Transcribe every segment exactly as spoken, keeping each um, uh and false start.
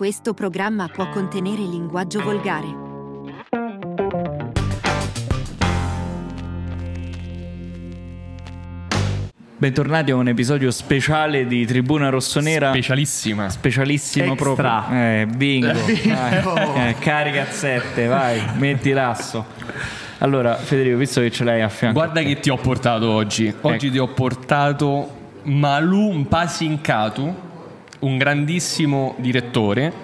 Questo programma può contenere linguaggio volgare. Bentornati a un episodio speciale di Tribuna Rossonera. Specialissima. Specialissimo Extra. proprio. Eh, bingo. Vai. Eh, carica sette, vai, metti l'asso. Allora, Federico, visto che ce l'hai a fianco. Guarda che ti ho portato oggi. Oggi ecco. ti ho portato Malou Mpasinkatou, un grandissimo direttore,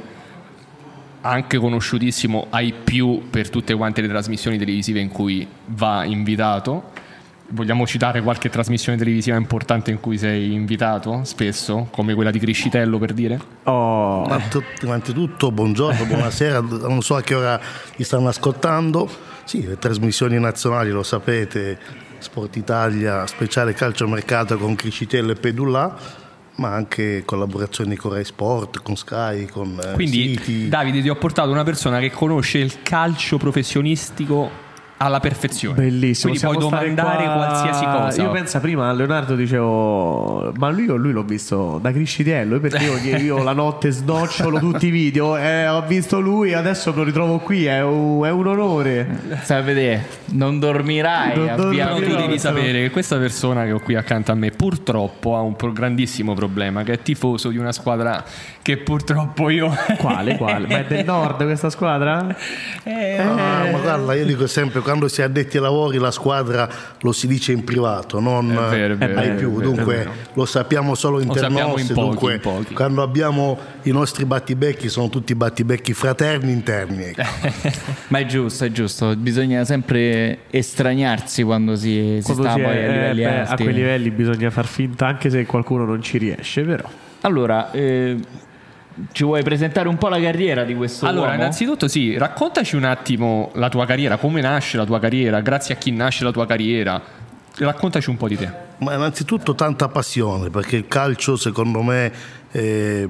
anche conosciutissimo ai più per tutte quante le trasmissioni televisive in cui va invitato. Vogliamo citare qualche trasmissione televisiva importante in cui sei invitato spesso, come quella di Criscitello, per dire? Oh. Innanzitutto buongiorno, buonasera, non so a che ora ti stanno ascoltando. Sì, le trasmissioni nazionali, lo sapete, Sport Italia, speciale calciomercato con Criscitello e Pedullà, ma anche collaborazioni con Rai Sport, con Sky, con Quindi, siti. Davide, ti ho portato una persona che conosce il calcio professionistico alla perfezione. Bellissimo. Quindi puoi domandare qua... qualsiasi cosa. Io penso prima a Leonardo, dicevo, ma lui, lui l'ho visto da Criscitello, perché io, io la notte snocciolo tutti i video, eh, ho visto lui, adesso lo ritrovo qui, è un, è un onore. Stai a vedere, non dormirai. Non Però tu dormirò. devi sapere che questa persona che ho qui accanto a me purtroppo ha un pro- grandissimo problema, che è tifoso di una squadra che purtroppo io... Quale, quale? Ma è del nord questa squadra? Eh, Ah, ma guarda, io dico sempre, quando si è addetti ai lavori la squadra lo si dice in privato, non È vero, è vero, ai è più, vero, dunque è vero. lo sappiamo solo Lo sappiamo internossi, in pochi, dunque in pochi. quando abbiamo i nostri battibecchi sono tutti battibecchi fraterni interni, ecco. Ma è giusto, è giusto. Bisogna sempre estraniarsi quando si, si Quando sta si poi è- a livelli eh, beh, alti. a quei livelli bisogna far finta, anche se qualcuno non ci riesce, però. Allora, eh, ci vuoi presentare un po' la carriera di questo Allora, uomo? innanzitutto sì, raccontaci un attimo la tua carriera, come nasce la tua carriera, grazie a chi nasce la tua carriera. Raccontaci un po' di te. Ma innanzitutto tanta passione, perché il calcio secondo me è,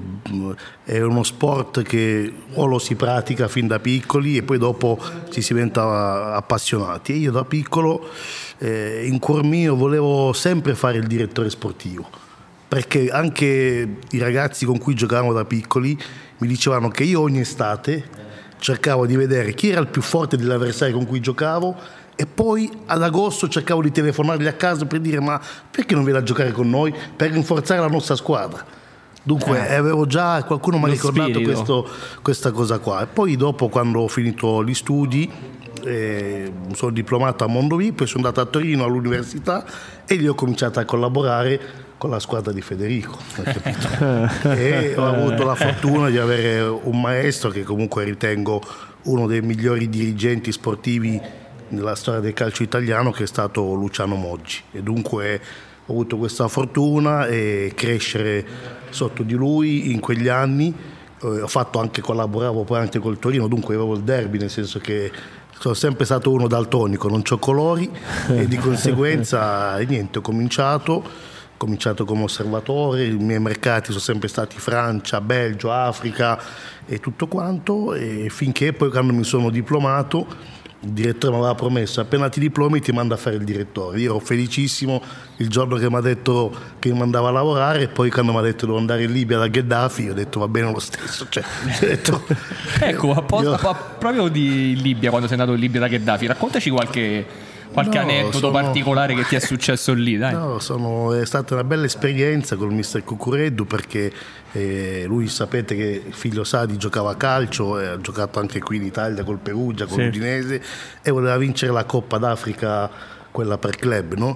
è uno sport che o lo si pratica fin da piccoli e poi dopo ci si diventa appassionati. E io da piccolo eh, in cuor mio volevo sempre fare il direttore sportivo, perché anche i ragazzi con cui giocavamo da piccoli mi dicevano che io ogni estate cercavo di vedere chi era il più forte degli avversari con cui giocavo e poi ad agosto cercavo di telefonargli a casa per dire ma perché non viene a giocare con noi per rinforzare la nostra squadra. Dunque eh, avevo già, qualcuno mi ha lo ricordato spirito. questo, questa cosa qua. E poi dopo, quando ho finito gli studi, eh, sono diplomato a Mondovì, poi sono andato a Torino all'università e lì ho cominciato a collaborare con la squadra di Federico, hai capito? E ho avuto la fortuna di avere un maestro che comunque ritengo uno dei migliori dirigenti sportivi nella storia del calcio italiano, che è stato Luciano Moggi, e dunque ho avuto questa fortuna e crescere sotto di lui in quegli anni. Eh, ho fatto anche, collaboravo poi anche col Torino, dunque avevo il derby, nel senso che sono sempre stato uno daltonico, non c'ho colori e di conseguenza niente, ho cominciato ho cominciato come osservatore, i miei mercati sono sempre stati Francia, Belgio, Africa e tutto quanto, e finché poi quando mi sono diplomato il direttore mi aveva promesso appena ti diplomi ti manda a fare il direttore. Io ero felicissimo il giorno che mi ha detto che mi mandava a lavorare, e poi quando mi ha detto devo andare in Libia da Gheddafi ho detto va bene lo stesso, cioè, ho detto, Ecco, a po- io- a- proprio di Libia, quando sei andato in Libia da Gheddafi, raccontaci qualche, qualche No, aneddoto sono- particolare che ti è successo lì, dai. No, sono, è stata una bella esperienza con il mister Cucureddu, perché eh, lui, sapete che il figlio Sadi giocava a calcio, e ha giocato anche qui in Italia col Perugia, con Sì. l'Udinese, e voleva vincere la Coppa d'Africa, quella per club, no?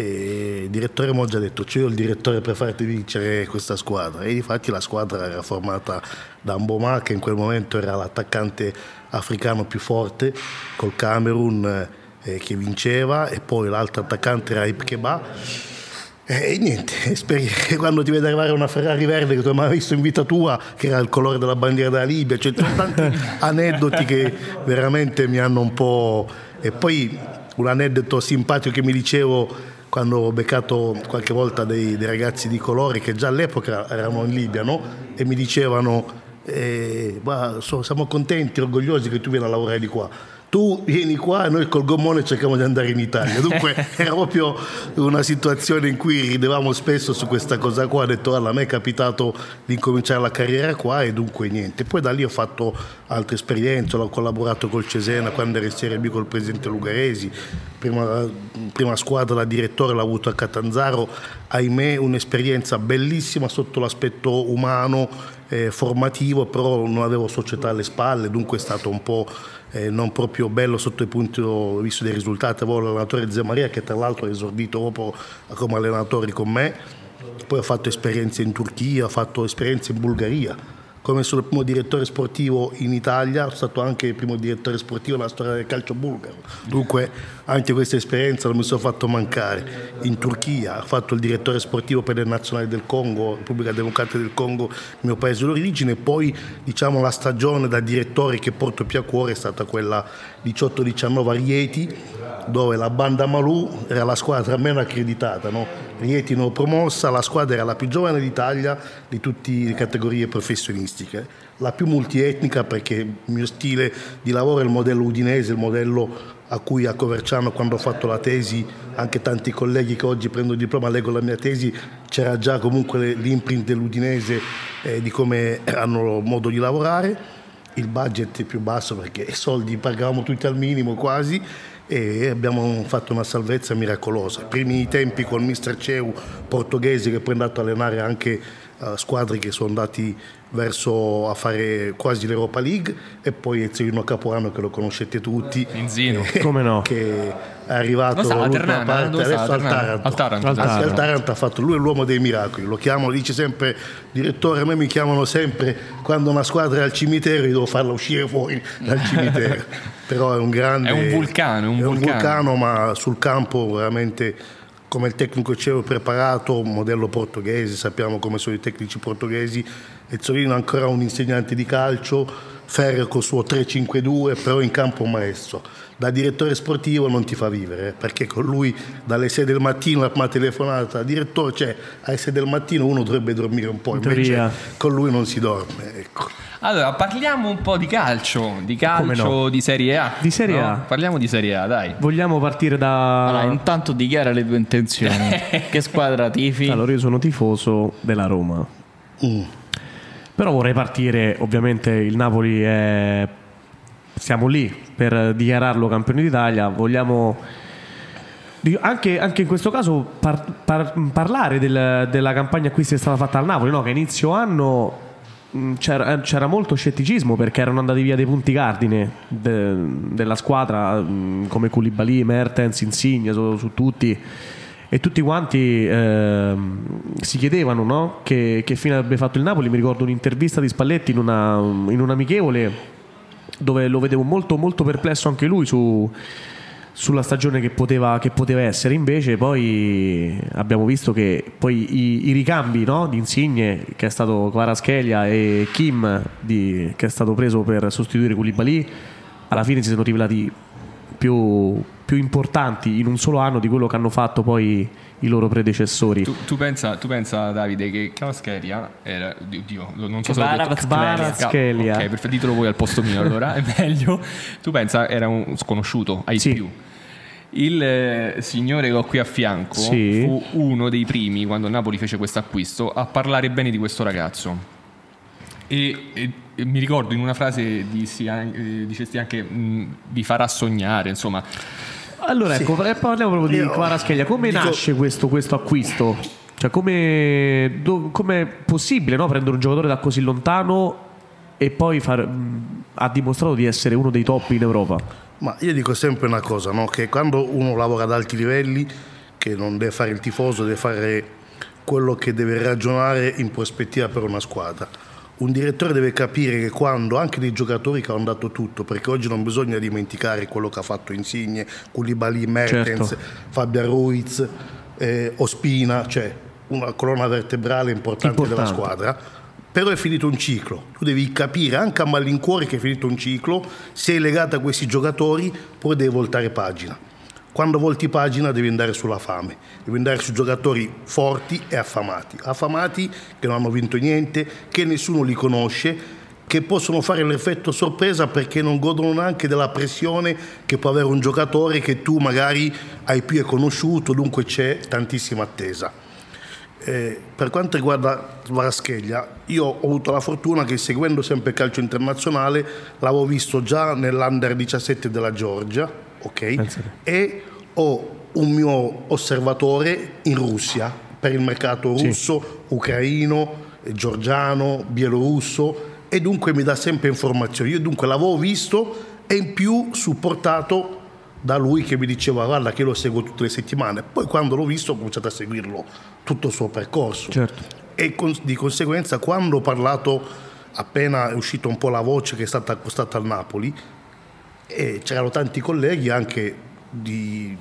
E il direttore Moggi ha detto c'è io il direttore per farti vincere questa squadra, e infatti la squadra era formata da Mboma, che in quel momento era l'attaccante africano più forte col Camerun, eh, che vinceva, e poi l'altro attaccante era Ip Keba. E niente, speri- quando ti vede arrivare una Ferrari verde che tu hai mai visto in vita tua, che era il colore della bandiera della Libia, cioè ci sono tanti aneddoti che veramente mi hanno un po'. E poi un aneddoto simpatico che mi dicevo quando ho beccato qualche volta dei, dei ragazzi di colore che già all'epoca erano in Libia, no? E mi dicevano eh, "Guarda, so- siamo contenti, orgogliosi che tu vieni a lavorare di qua". tu vieni qua e noi col gommone cerchiamo di andare in Italia. Dunque era proprio una situazione in cui ridevamo spesso su questa cosa qua. Ho detto, allora, a me è capitato di incominciare la carriera qua e dunque niente. Poi da lì ho fatto altre esperienze, ho collaborato col Cesena quando ero in Serie B col presidente Lugaresi, prima, prima squadra da direttore l'ho avuto a Catanzaro, ahimè un'esperienza bellissima sotto l'aspetto umano, eh, formativo, però non avevo società alle spalle, dunque è stato un po' Eh, non proprio bello sotto il punto di vista dei risultati. Avevo l'allenatore Zé Maria che tra l'altro ha esordito proprio come allenatore con me, poi ho fatto esperienze in Turchia, ho fatto esperienze in Bulgaria. Come sono il primo direttore sportivo in Italia, sono stato anche il primo direttore sportivo nella storia del calcio bulgaro. Dunque anche questa esperienza non mi sono fatto mancare. In Turchia ho fatto il direttore sportivo per le nazionali del Congo, Repubblica Democratica del Congo, il mio paese d'origine. Poi diciamo la stagione da direttore che porto più a cuore è stata quella diciotto diciannove a Rieti, dove la Banda Malù era la squadra meno accreditata, no? Rieti non promossa, la squadra era la più giovane d'Italia di tutte le categorie professionistiche, la più multietnica, perché il mio stile di lavoro è il modello udinese, il modello a cui a Coverciano, quando ho fatto la tesi, anche tanti colleghi che oggi prendono il diploma leggono la mia tesi, c'era già comunque l'imprint dell'udinese, eh, di come hanno modo di lavorare. Il budget è più basso perché i soldi pagavamo tutti al minimo quasi, e abbiamo fatto una salvezza miracolosa. I primi tempi con mister Ceu, portoghese, che poi è andato a allenare anche uh, squadre che sono andati verso a fare quasi l'Europa League, e poi Ezzelino Capuano, che lo conoscete tutti, Enzino, eh, come no, che è arrivato all'ultima parte, adesso al Taranto. Al Taranto. Al Taranto. Al Taranto ha fatto, lui è l'uomo dei miracoli, lo chiamano, dice sempre, direttore, a me mi chiamano sempre quando una squadra è al cimitero, io devo farla uscire fuori dal cimitero. Però è un grande, è un vulcano, è un, è un vulcano. vulcano, ma sul campo veramente, come il tecnico Ceu, preparato, modello portoghese, sappiamo come sono i tecnici portoghesi. Ezzolino è ancora un insegnante di calcio, Ferrer col suo tre cinque due, però in campo un maestro. Da direttore sportivo non ti fa vivere, perché con lui dalle sei del mattino la prima telefonata, direttore, cioè alle sei del mattino uno dovrebbe dormire un po', invece con lui non si dorme, ecco. Allora, parliamo un po' di calcio, di calcio, no? Di Serie A. Di Serie no? A. Parliamo di Serie A, dai. Vogliamo partire da... Allora, intanto dichiara le tue intenzioni. Che squadra tifi? Allora, io sono tifoso della Roma. Mm. Però vorrei partire, ovviamente il Napoli è... Siamo lì per dichiararlo campione d'Italia. Vogliamo... Anche, anche in questo caso par, par, parlare del, della campagna acquisti che è stata fatta al Napoli, no? Che a inizio anno... C'era, c'era molto scetticismo perché erano andati via dei punti cardine de, della squadra, come Koulibaly, Mertens, Insigne, su, su tutti, e tutti quanti eh, si chiedevano, no? che, che fine avrebbe fatto il Napoli. Mi ricordo un'intervista di Spalletti in una, in un amichevole dove lo vedevo molto, molto perplesso anche lui su sulla stagione che poteva, che poteva essere. Invece poi abbiamo visto che poi i, i ricambi, no? Di Insigne, che è stato Kvaratskhelia, e Kim, di, che è stato preso per sostituire Koulibaly, alla fine si sono rivelati più, più importanti in un solo anno di quello che hanno fatto poi i loro predecessori. Tu, tu, pensa, tu pensa, Davide, che Kvaratskhelia era, oddio, non so se Kvaratskhelia, ok, perfetto, ditelo voi al posto mio, allora è meglio. Tu pensa, era un sconosciuto ai sì. più. Il eh, signore che ho qui a fianco sì. fu uno dei primi, quando Napoli fece questo acquisto, a parlare bene di questo ragazzo. E, e, e mi ricordo in una frase dissi, eh, dicesti anche mh, vi farà sognare, insomma. Allora sì. ecco, parliamo proprio di Kvaratskhelia. Come dico... nasce questo, questo acquisto? Cioè come è possibile, no? Prendere un giocatore da così lontano e poi far, mh, ha dimostrato di essere uno dei top in Europa? Ma io dico sempre una cosa, no? Che quando uno lavora ad alti livelli, che non deve fare il tifoso, deve fare quello che deve ragionare in prospettiva per una squadra. Un direttore deve capire che quando anche dei giocatori che hanno dato tutto, perché oggi non bisogna dimenticare quello che ha fatto Insigne, Koulibaly, Mertens, certo. Fabian Ruiz, eh, Ospina, cioè una colonna vertebrale importante, importante della squadra. Però è finito un ciclo, tu devi capire anche a malincuore che è finito un ciclo, sei legato a questi giocatori, poi devi voltare pagina. Quando volti pagina devi andare sulla fame, devi andare su giocatori forti e affamati, affamati che non hanno vinto niente, che nessuno li conosce, che possono fare l'effetto sorpresa perché non godono neanche della pressione che può avere un giocatore che tu magari hai più conosciuto, dunque c'è tantissima attesa. Eh, per quanto riguarda Kvaratskhelia, io ho avuto la fortuna che, seguendo sempre il calcio internazionale, l'avevo visto già nell'Under diciassette della Georgia, ok? E ho un mio osservatore in Russia per il mercato russo, sì. ucraino, georgiano, bielorusso, e dunque mi dà sempre informazioni. Io dunque l'avevo visto e in più supportato da lui, che mi diceva guarda che lo seguo tutte le settimane. Poi quando l'ho visto ho cominciato a seguirlo tutto il suo percorso, certo. E con, di conseguenza, quando ho parlato, appena è uscita un po' la voce che è stata accostata al Napoli, e c'erano tanti colleghi anche di,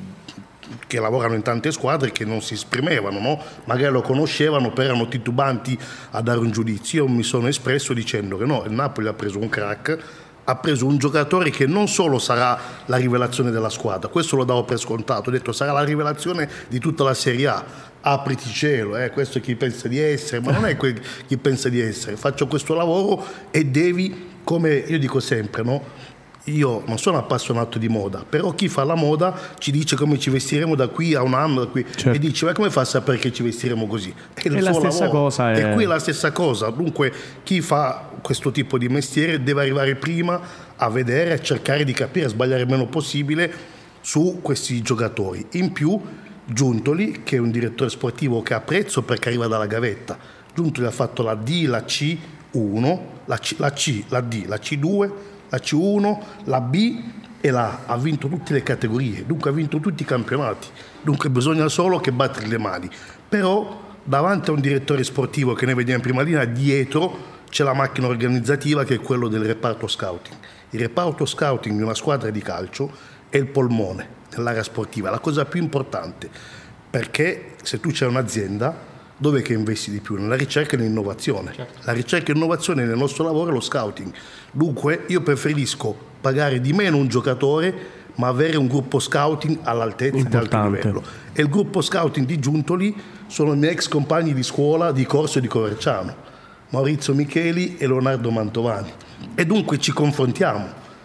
che lavorano in tante squadre che non si esprimevano, no? Magari lo conoscevano, però erano titubanti a dare un giudizio. Io mi sono espresso dicendo che no, il Napoli ha preso un crack, ha preso un giocatore che non solo sarà la rivelazione della squadra, questo lo davo per scontato, ho detto sarà la rivelazione di tutta la Serie A, apriti cielo, eh, questo è chi pensa di essere, ma non è que- chi pensa di essere, faccio questo lavoro e devi, come io dico sempre, no? Io non sono appassionato di moda, però chi fa la moda ci dice come ci vestiremo da qui a un anno, da qui, certo. E dice ma come fa a sapere che ci vestiremo così? È il e suo la stessa lavoro. Cosa è... E qui è la stessa cosa, dunque chi fa questo tipo di mestiere deve arrivare prima a vedere, a cercare di capire, a sbagliare il meno possibile su questi giocatori. In più Giuntoli, che è un direttore sportivo che apprezzo perché arriva dalla gavetta, Giuntoli ha fatto la D, la C uno, la C, la C, la D, la C due, la C uno, la B e la A, ha vinto tutte le categorie, dunque ha vinto tutti i campionati, dunque bisogna solo che battere le mani. Però davanti a un direttore sportivo che noi vediamo in prima linea, dietro c'è la macchina organizzativa che è quello del reparto scouting. Il reparto scouting di una squadra di calcio è il polmone dell'area sportiva, la cosa più importante, perché se tu c'hai un'azienda, dove che investi di più? Nella ricerca e nell'innovazione. Certo. La ricerca e l'innovazione nel nostro lavoro è lo scouting. Dunque io preferisco pagare di meno un giocatore, ma avere un gruppo scouting all'altezza di alto livello. E il gruppo scouting di Giuntoli sono i miei ex compagni di scuola, di corso e di Coverciano, Maurizio Micheli e Leonardo Mantovani. E dunque ci confrontiamo.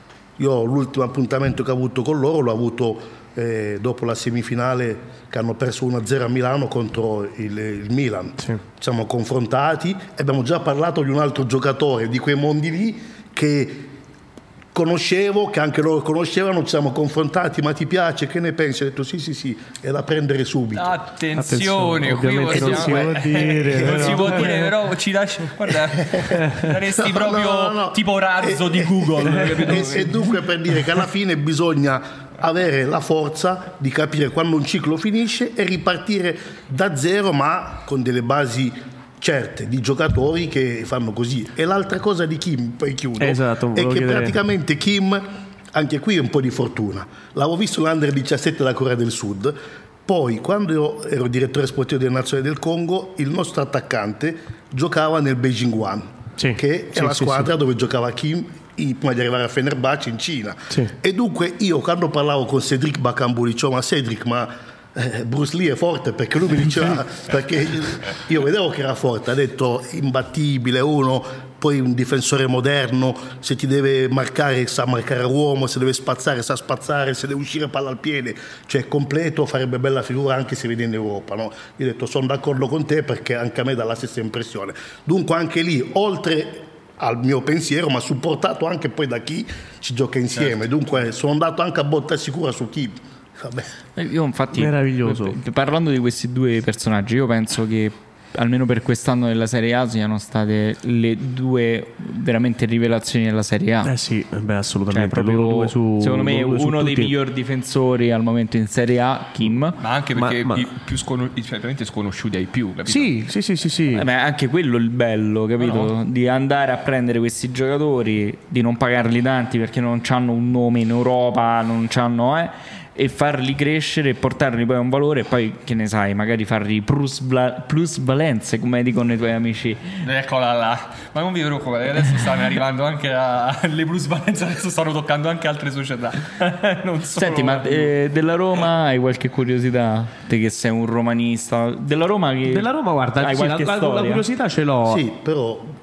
Io l'ultimo appuntamento che ho avuto con loro l'ho avuto eh, dopo la semifinale che hanno perso uno a zero a Milano contro il, il Milan. Sì. Ci siamo confrontati e abbiamo già parlato di un altro giocatore di quei mondi lì che conoscevo, che anche loro conoscevano, ci siamo confrontati, ma ti piace, che ne pensi? Ho detto sì sì sì, è da prendere subito. Attenzione, Attenzione qui non si può dire, non si può dire, però ci lascia, guarda, saresti no, proprio no, no, no. tipo razzo e, di Google. E, e, e dunque per dire che alla fine bisogna avere la forza di capire quando un ciclo finisce e ripartire da zero, ma con delle basi certe di giocatori che fanno così. E l'altra cosa di Kim, poi chiudo, esatto, è che chiedere. praticamente Kim, anche qui è un po' di fortuna, l'avevo visto l'Under diciassette della Corea del Sud, poi quando io ero direttore sportivo delle Nazioni del Congo, il nostro attaccante giocava nel Beijing One, sì, che è sì, la squadra sì, sì. dove giocava Kim prima di arrivare a Fenerbahce in Cina, sì. E dunque io quando parlavo con Cedric Bakambu dicevo ma Cedric, ma eh, Bruce Lee è forte, perché lui mi diceva perché io vedevo che era forte, ha detto imbattibile, uno poi un difensore moderno, se ti deve marcare sa marcare a uomo, se deve spazzare sa spazzare, se deve uscire palla al piede, cioè completo, farebbe bella figura anche se vede in Europa, no? Io ho detto sono d'accordo con te perché anche a me dà la stessa impressione. Dunque anche lì, oltre al mio pensiero, ma supportato anche poi da chi ci gioca insieme, certo. Dunque sono andato anche a botta sicura su chi. Vabbè. Io infatti, meraviglioso. Parlando di questi due personaggi, io penso che almeno per quest'anno della Serie A siano state le due veramente rivelazioni della Serie A. Eh sì, beh, assolutamente. Cioè, proprio, due su, secondo me due uno dei tutti. migliori difensori al momento in Serie A, Kim. Ma anche perché ma, ma... i più sconu- veramente sconosciuti ai più, capito? Sì, sì, sì, sì, sì. Eh, ma anche quello è il bello, capito? No. Di andare a prendere questi giocatori, di non pagarli tanti perché non hanno un nome in Europa, non c'hanno eh e farli crescere e portarli poi a un valore, e poi che ne sai, magari farli plus, bla, plus valenze, come dicono i tuoi amici. Eccola là, ma non vi preoccupate, adesso stanno arrivando anche alle plus valenze, adesso stanno toccando anche altre società. Non solo. Senti, ma eh, della Roma hai qualche curiosità? Te che sei un romanista, della Roma che... Della Roma, guarda, hai sì, qualche la, la, la curiosità ce l'ho. Sì, però eh,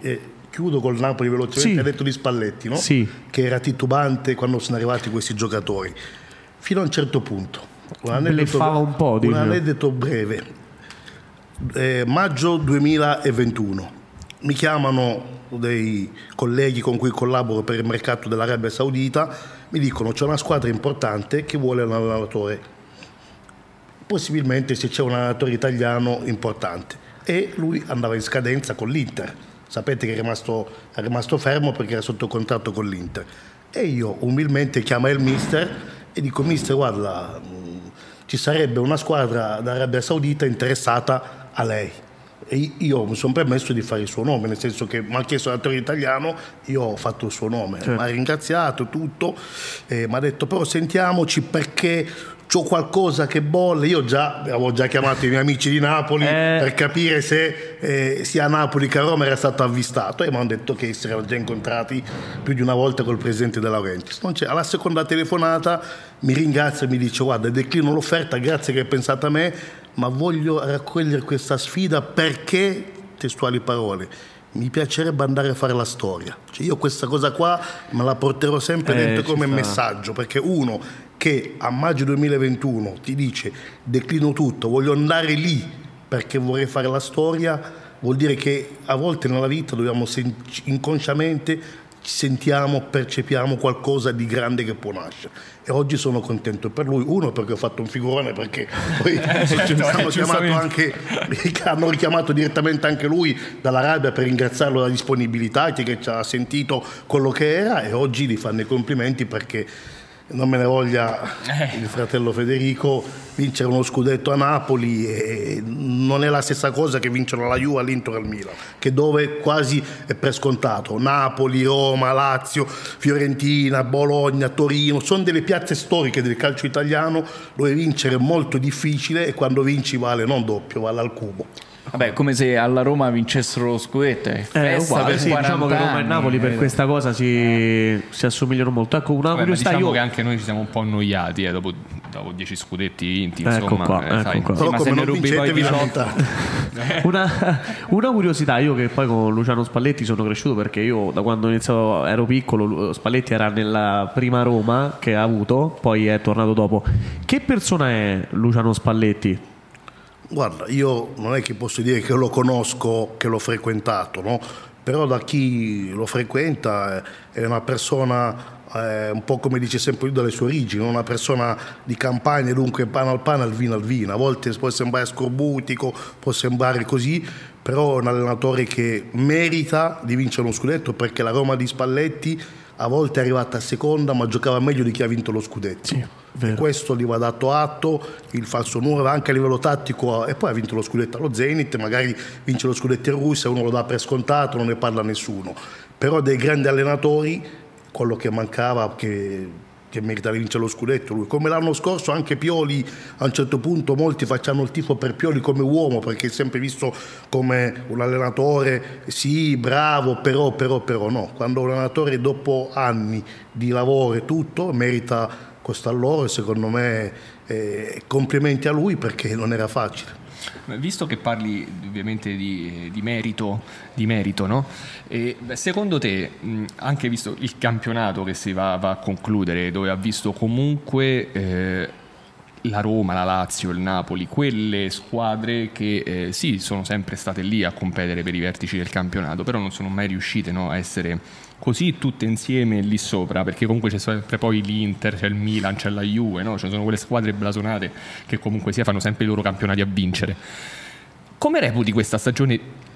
chiudo col Napoli velocemente, sì. ha detto di Spalletti, no? Sì. Che era titubante quando sono arrivati questi giocatori, fino a un certo punto. Un aneddoto, un po', un aneddoto breve. Eh, maggio duemilaventuno mi chiamano dei colleghi con cui collaboro per il mercato dell'Arabia Saudita, mi dicono c'è una squadra importante che vuole un allenatore, possibilmente se c'è un allenatore italiano importante, e lui andava in scadenza con l'Inter, sapete che è rimasto, è rimasto fermo perché era sotto contratto con l'Inter, e io umilmente chiamo il mister e dico: mister, guarda, ci sarebbe una squadra d'Arabia Saudita interessata a lei. E io mi sono permesso di fare il suo nome, nel senso che mi ha chiesto l'attore italiano, io ho fatto il suo nome, certo. Mi ha ringraziato tutto, eh, mi ha detto però sentiamoci perché c'ho qualcosa che bolle. Io già avevo già chiamato i miei amici di Napoli eh. per capire se eh, sia a Napoli che a Roma era stato avvistato, e mi hanno detto che si erano già incontrati più di una volta col presidente De Laurentiis. Non c'è. Alla seconda telefonata mi ringrazia e mi dice: guarda, declino l'offerta, grazie che hai pensato a me, ma voglio raccogliere questa sfida perché, testuali parole, mi piacerebbe andare a fare la storia. Cioè io questa cosa qua me la porterò sempre eh, dentro come sta. messaggio, perché uno che a maggio duemilaventuno ti dice declino tutto, voglio andare lì perché vorrei fare la storia, vuol dire che a volte nella vita dobbiamo sen- inconsciamente sentiamo, percepiamo qualcosa di grande che può nascere, e oggi sono contento per lui. Uno, perché ho fatto un figurone, perché poi hanno, chiamato anche, hanno richiamato direttamente anche lui dall'Arabia per ringraziarlo della disponibilità, che ci ha sentito quello che era, e oggi gli fanno i complimenti perché non me ne voglia il fratello Federico, vincere uno scudetto a Napoli e non è la stessa cosa che vincere la Juve, all'Inter, al Milan, che dove quasi è per scontato. Napoli, Roma, Lazio, Fiorentina, Bologna, Torino sono delle piazze storiche del calcio italiano dove vincere è molto difficile, e quando vinci vale non doppio, vale al cubo. Vabbè, come se alla Roma vincessero lo scudetto, è festa uguale, per sì, diciamo che Roma e Napoli per questa cosa si, si assomigliano molto. Ecco, una Vabbè, curiosità, diciamo io... che anche noi ci siamo un po' annoiati eh, dopo, dopo dieci scudetti vinti, ecco insomma, qua, eh, ecco sai. qua. Sì, Però ma come se ne non rubi vincete poi vi diciotto lamentate. una, una curiosità, io che poi con Luciano Spalletti sono cresciuto, perché io da quando iniziato ero piccolo, Spalletti era nella prima Roma che ha avuto, poi è tornato dopo. Che persona è Luciano Spalletti? Guarda, io non è che posso dire che lo conosco, che l'ho frequentato, no? Però da chi lo frequenta è una persona, eh, un po' come dice sempre lui, dalle sue origini, una persona di campagna, dunque pane al pane, al vino al vino. A volte può sembrare scorbutico, può sembrare così, però è un allenatore che merita di vincere uno scudetto, perché la Roma di Spalletti a volte è arrivata a seconda, ma giocava meglio di chi ha vinto lo scudetto. Sì, e questo gli va dato atto, il falso nuovo anche a livello tattico, e poi ha vinto lo scudetto allo Zenit, magari vince lo scudetto in Russia, uno lo dà per scontato, non ne parla nessuno. Però dei grandi allenatori, quello che mancava, che, che merita di vincere lo scudetto lui. Come l'anno scorso anche Pioli, a un certo punto molti facciano il tifo per Pioli come uomo, perché è sempre visto come un allenatore, sì, bravo, però, però, però no. Quando un allenatore dopo anni di lavoro e tutto merita costa a loro, e secondo me eh, complimenti a lui, perché non era facile. Visto che parli ovviamente di, di merito, di merito, no? E, beh, secondo te, mh, anche visto il campionato che si va, va a concludere, dove ha visto comunque eh, la Roma, la Lazio, il Napoli, quelle squadre che eh, sì, sono sempre state lì a competere per i vertici del campionato, però non sono mai riuscite, no, a essere così tutte insieme lì sopra, perché comunque c'è sempre poi l'Inter, c'è il Milan, c'è la Juve, no? Ci sono quelle squadre blasonate che comunque sia fanno sempre i loro campionati a vincere. Come reputi questa stagione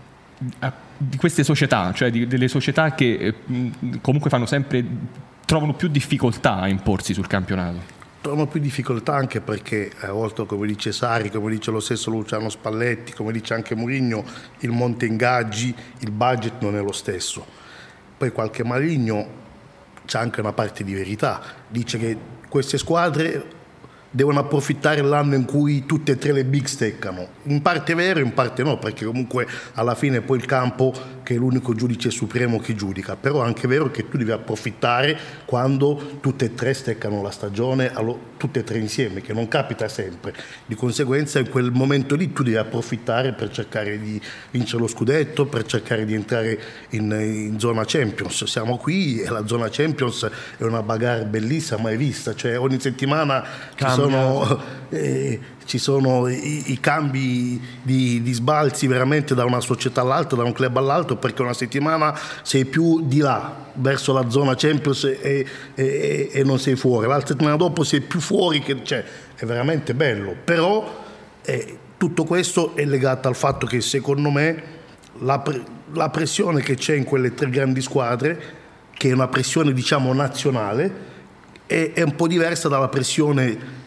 di queste società, cioè di, delle società che eh, comunque fanno sempre, trovano più difficoltà a imporsi sul campionato? Trovano più difficoltà anche perché a volte, come dice Sarri, come dice lo stesso Luciano Spalletti, come dice anche Mourinho, il monte ingaggi, il budget non è lo stesso. Poi qualche maligno c'è anche una parte di verità, dice che queste squadre devono approfittare l'anno in cui tutte e tre le big steccano. In parte è vero, in parte no, perché comunque alla fine poi il campo che è l'unico giudice supremo che giudica, però è anche vero che tu devi approfittare quando tutte e tre steccano la stagione, allo, tutte e tre insieme, che non capita sempre. Di conseguenza in quel momento lì tu devi approfittare per cercare di vincere lo scudetto, per cercare di entrare in, in zona Champions. Siamo qui e la zona Champions è una bagarre bellissima, mai vista, cioè ogni settimana ci sono, eh, ci sono i, i cambi di, di sbalzi veramente da una società all'altra, da un club all'altro, perché una settimana sei più di là verso la zona Champions e, e, e non sei fuori, l'altra settimana dopo sei più fuori, che, cioè, è veramente bello, però eh, tutto questo è legato al fatto che secondo me la, pre- la pressione che c'è in quelle tre grandi squadre, che è una pressione diciamo nazionale, è, è un po' diversa dalla pressione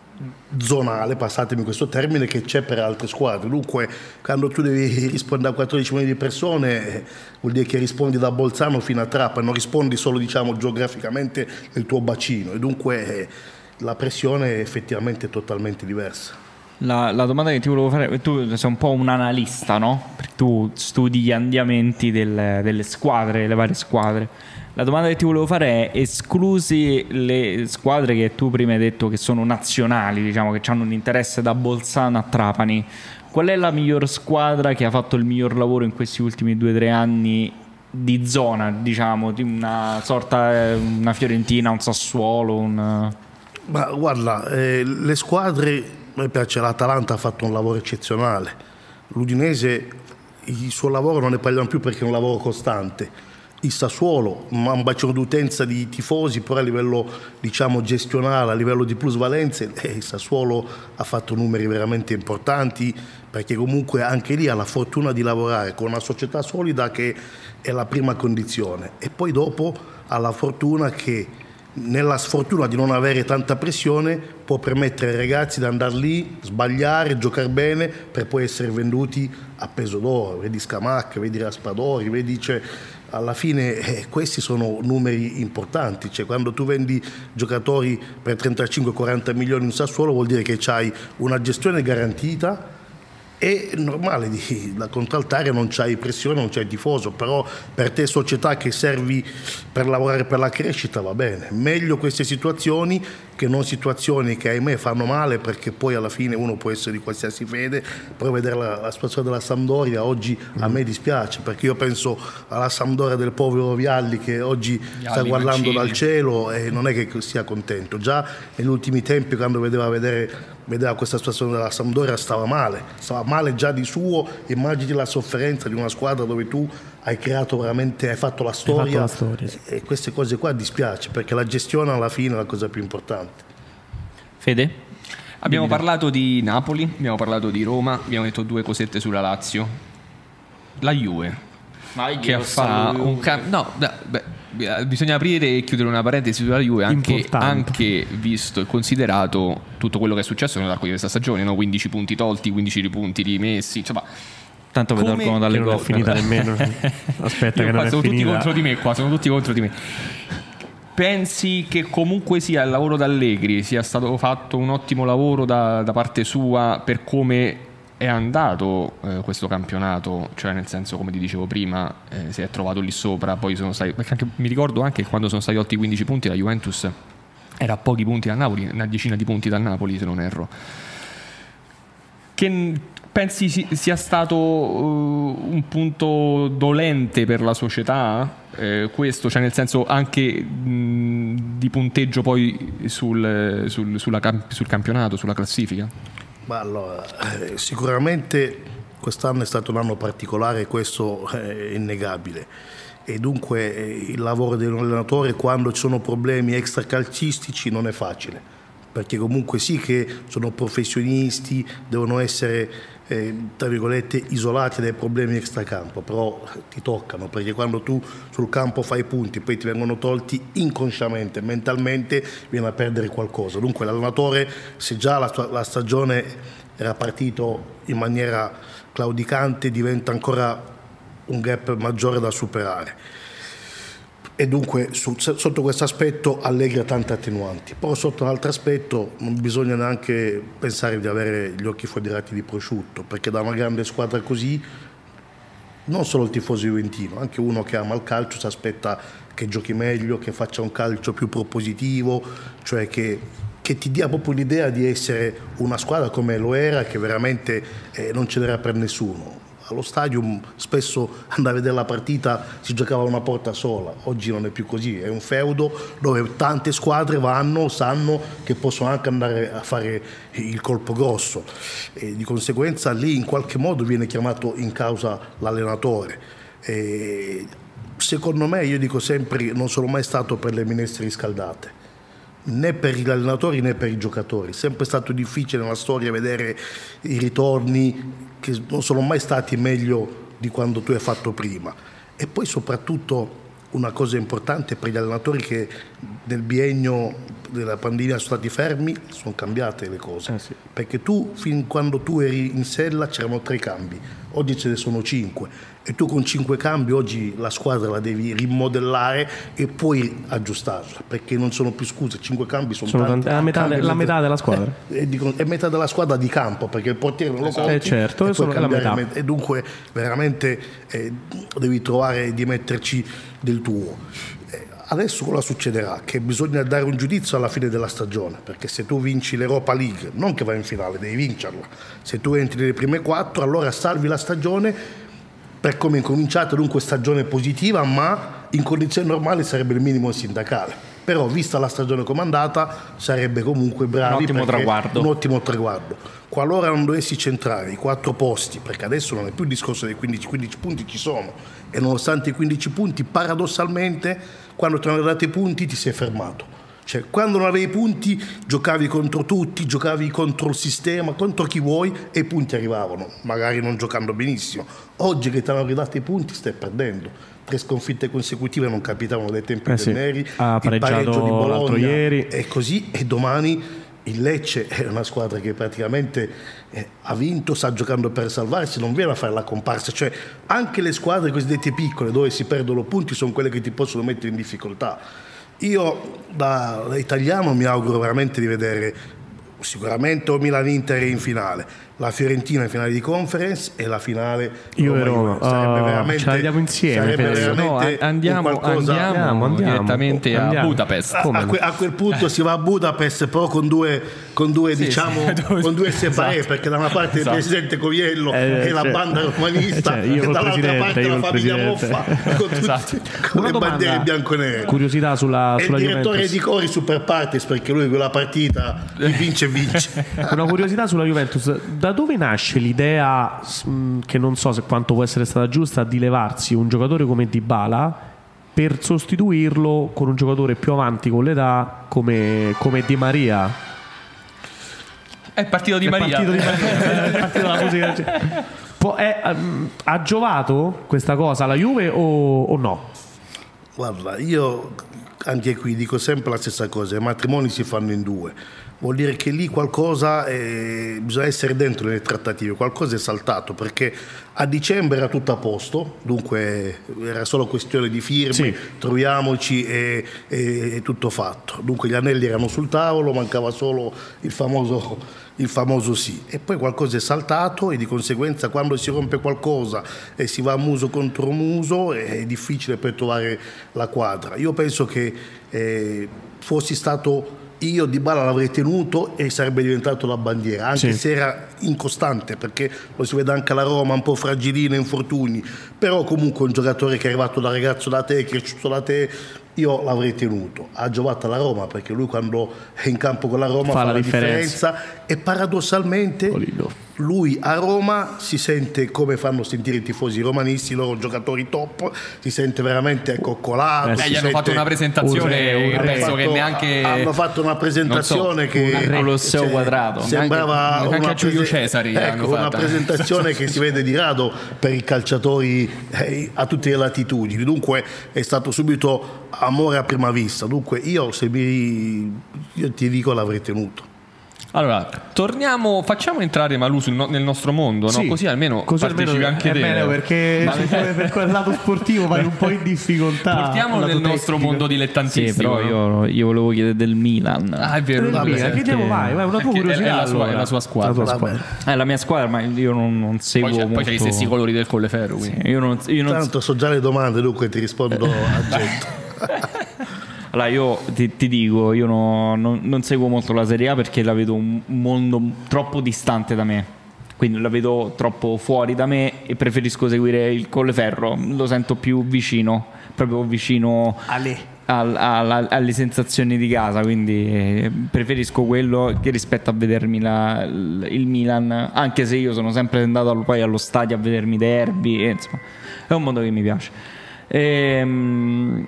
zonale, passatemi questo termine, che c'è per altre squadre. Dunque quando tu devi rispondere a quattordici milioni di persone vuol dire che rispondi da Bolzano fino a Trapani, non rispondi solo diciamo geograficamente nel tuo bacino, e dunque la pressione è effettivamente totalmente diversa. La, la domanda che ti volevo fare, tu sei un po' un analista, no? Perché tu studi gli andamenti del, delle squadre, le varie squadre. La domanda che ti volevo fare è: esclusi le squadre che tu prima hai detto che sono nazionali, diciamo che hanno un interesse da Bolzano a Trapani, qual è la miglior squadra che ha fatto il miglior lavoro in questi ultimi due o tre anni di zona, diciamo, di una sorta, una Fiorentina, un Sassuolo, un... Ma guarda, eh, le squadre, a me piace, l'Atalanta ha fatto un lavoro eccezionale, l'Udinese il suo lavoro non ne parliamo più perché è un lavoro costante. Il Sassuolo ha un bacino d'utenza di tifosi, però a livello diciamo gestionale, a livello di plusvalenze, eh, il Sassuolo ha fatto numeri veramente importanti, perché comunque anche lì ha la fortuna di lavorare con una società solida, che è la prima condizione, e poi dopo ha la fortuna che nella sfortuna di non avere tanta pressione può permettere ai ragazzi di andare lì, sbagliare, giocare bene, per poi essere venduti a peso d'oro. Vedi Scamacca, vedi Raspadori, vedi, cioè, alla fine eh, questi sono numeri importanti, cioè quando tu vendi giocatori per trentacinque quaranta milioni in Sassuolo vuol dire che c'hai una gestione garantita. È normale, di, da contraltare non c'hai pressione, non c'hai tifoso, però per te società che servi per lavorare per la crescita va bene. Meglio queste situazioni che non situazioni che ahimè fanno male, perché poi alla fine uno può essere di qualsiasi fede. Poi vedere la, la situazione della Sampdoria oggi a me dispiace, perché io penso alla Sampdoria del povero Vialli, che oggi Vialli sta guardando dal cielo e non è che sia contento. Già negli ultimi tempi, quando vedeva, vedere, vedeva questa situazione della Sampdoria, stava male, stava male già di suo. Immagini la sofferenza di una squadra dove tu hai creato veramente, hai fatto la storia, fatto la storia sì. E queste cose qua dispiace, perché la gestione alla fine è la cosa più importante. Fede? Abbiamo parlato di Napoli, abbiamo parlato di Roma, abbiamo detto due cosette sulla Lazio. La Juve, Ma che fa un cam- no, beh, bisogna aprire e chiudere una parentesi sulla Juve, anche, anche visto e considerato tutto quello che è successo nell'arco di questa stagione, no? quindici punti tolti, quindici punti rimessi, insomma. Tanto vedo come... dalle che non è finita nemmeno. Aspetta, che non è sono finita. tutti contro di me qua, sono tutti contro di me. Pensi che comunque sia il lavoro d'Allegri sia stato fatto un ottimo lavoro da, da parte sua per come è andato eh, questo campionato? Cioè, nel senso, come ti dicevo prima, eh, si è trovato lì sopra, poi sono stati, perché anche, mi ricordo anche quando sono stati tolti quindici punti la Juventus era a pochi punti da Napoli, una decina di punti da Napoli se non erro. Che pensi sia stato uh, un punto dolente per la società? Eh, questo, cioè nel senso anche mh, di punteggio poi sul, sul, sulla camp- sul campionato, sulla classifica? Ma allora, eh, sicuramente quest'anno è stato un anno particolare, questo è innegabile, e dunque eh, il lavoro dell'allenatore quando ci sono problemi extracalcistici non è facile, perché comunque sì che sono professionisti, devono essere eh, tra virgolette isolati dai problemi extracampo, però ti toccano, perché quando tu sul campo fai punti poi ti vengono tolti inconsciamente, mentalmente viene a perdere qualcosa. Dunque l'allenatore, se già la, la stagione era partito in maniera claudicante, diventa ancora un gap maggiore da superare. E dunque su, sotto questo aspetto Allegri ha tante attenuanti, però sotto un altro aspetto non bisogna neanche pensare di avere gli occhi foderati di prosciutto, perché da una grande squadra così non solo il tifoso juventino, anche uno che ama il calcio si aspetta che giochi meglio, che faccia un calcio più propositivo, cioè che, che ti dia proprio l'idea di essere una squadra come lo era, che veramente eh, non ce n'era per nessuno. Allo stadio spesso andare a vedere la partita si giocava a una porta sola, oggi non è più così, è un feudo dove tante squadre vanno, sanno che possono anche andare a fare il colpo grosso e di conseguenza lì in qualche modo viene chiamato in causa l'allenatore. E secondo me, io dico sempre, non sono mai stato per le minestre riscaldate, né per gli allenatori né per i giocatori. È sempre stato difficile nella storia vedere i ritorni che non sono mai stati meglio di quando tu hai fatto prima. E poi soprattutto una cosa importante per gli allenatori, che nel biennio della pandemia sono stati fermi, sono cambiate le cose. Eh sì. Perché tu, fin quando tu eri in sella, c'erano tre cambi, oggi ce ne sono cinque. E tu con cinque cambi oggi la squadra la devi rimodellare e poi aggiustarla, perché non sono più scuse, cinque cambi sono, sono tanti. La metà, de, la metà della squadra. Eh, è, è metà della squadra di campo, perché il portiere non lo conti, eh certo, e, sono la metà. E dunque veramente eh, devi trovare di metterci del tuo. Eh, adesso cosa succederà? Che bisogna dare un giudizio alla fine della stagione, perché se tu vinci l'Europa League, non che vai in finale, devi vincerla. Se tu entri nelle prime quattro, allora salvi la stagione per come è incominciata, dunque stagione positiva, ma in condizioni normali sarebbe il minimo sindacale. Però vista la stagione come è andata, sarebbe comunque bravi, un ottimo traguardo. Un ottimo traguardo. Qualora non dovessi centrare i quattro posti, perché adesso non è più il discorso dei quindici, quindici punti ci sono, e nonostante i quindici punti, paradossalmente, quando ti hanno dato i punti ti sei fermato. Cioè, quando non avevi punti giocavi contro tutti, giocavi contro il sistema, contro chi vuoi, e i punti arrivavano, magari non giocando benissimo. Oggi che ti hanno ridato i punti stai perdendo. Tre sconfitte consecutive non capitavano dai tempi eh del sì. Neri, ha il pareggio di Bologna ieri. E così, e domani il Lecce è una squadra che praticamente eh, ha vinto, sta giocando per salvarsi, non viene a fare la comparsa. Cioè, anche le squadre cosiddette piccole dove si perdono punti sono quelle che ti possono mettere in difficoltà. Io da, da italiano mi auguro veramente di vedere sicuramente o Milan-Inter in finale, la Fiorentina in finale di Conference e la finale io e Roma. Sarebbe oh, veramente, ce la diamo insieme. No, andiamo, qualcosa, andiamo, andiamo direttamente andiamo. a Budapest. A, a, que, a quel punto si va a Budapest, però con due, con due sì, diciamo sì. con due separé, esatto. Perché da una parte esatto. il presidente Coviello eh, e la cioè, banda romanista, cioè, e dall'altra parte la famiglia Moffa con, esatto. tutti, con le bandiere bianco e nere. Curiosità sulla, e sulla il direttore Juventus. di Cori super partes, perché lui quella partita vince e vince. Una curiosità sulla Juventus: da dove nasce l'idea, che non so se quanto può essere stata giusta, di levarsi un giocatore come Dybala per sostituirlo con un giocatore più avanti con l'età come, come Di Maria? È partito Di è Maria, partito Di Maria. È partito la musica. Po- è, um, ha giovato questa cosa alla Juve o, o no? Guarda, io anche qui dico sempre la stessa cosa: i matrimoni si fanno in due. Vuol dire che lì qualcosa eh, bisogna essere dentro nelle trattative, qualcosa è saltato, perché a dicembre era tutto a posto, dunque era solo questione di firme, sì. troviamoci e, e, e tutto fatto. Dunque gli anelli erano sul tavolo, mancava solo il famoso, il famoso sì. E poi qualcosa è saltato e di conseguenza quando si rompe qualcosa e si va muso contro muso è difficile poi trovare la quadra. Io penso che eh, fossi stato io Dybala l'avrei tenuto e sarebbe diventato la bandiera, anche sì. se era incostante, perché lo si vede anche alla Roma, un po' fragilino, infortuni, però comunque un giocatore che è arrivato da ragazzo da te, cresciuto da te, io l'avrei tenuto. Ha giocato alla Roma, perché lui quando è in campo con la Roma fa, fa la, la differenza. differenza e paradossalmente Polino. Lui a Roma si sente come fanno sentire i tifosi romanisti, i loro giocatori top, si sente veramente coccolato. Eh, gli hanno sente... fatto una presentazione, un re, un re. penso che neanche hanno fatto una presentazione so, che un Colosseo cioè, quadrato. Sembrava anche, anche una a Giulio prese... Cesari ecco, una presentazione che si vede di rado per i calciatori eh, a tutte le latitudini. Dunque è stato subito amore a prima vista. Dunque io se mi io ti dico l'avrei tenuto. Allora, torniamo, facciamo entrare Malù sul no- nel nostro mondo, no? Sì, Così almeno così partecipi almeno anche è te. meglio, perché Ma- per, per quel lato sportivo vai un po' in difficoltà. Portiamo nel lato nostro tecnico. mondo Sì, dilettantistico. però no? io, io volevo chiedere del Milan. Ah, è vero. Del vabbè, Milan, perché- chiediamo, vai, vai, una tua perché curiosità. è la sua- allora. è la sua squadra. La tua Vabbè. squadra. È la mia squadra, ma io non, non seguo Poi c'è, molto. poi c'è gli stessi colori del Colleferro. Quindi. Io non, io non Tanto so già le domande, dunque ti rispondo a getto. Allora, io ti, ti dico, io no- non, non seguo molto la Serie A perché la vedo un mondo troppo distante da me. Quindi la vedo troppo fuori da me e preferisco seguire il Colleferro. Lo sento più vicino, proprio vicino Ale. al- al- alle sensazioni di casa. Quindi eh, preferisco quello che rispetto a vedermi la- il il Milan. Anche se io sono sempre andato al- poi allo stadio a vedermi i derby. E, insomma, è un mondo che mi piace. Ehm.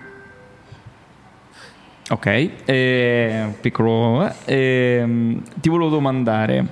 Ok, eh, piccolo. eh, ehm, ti volevo domandare: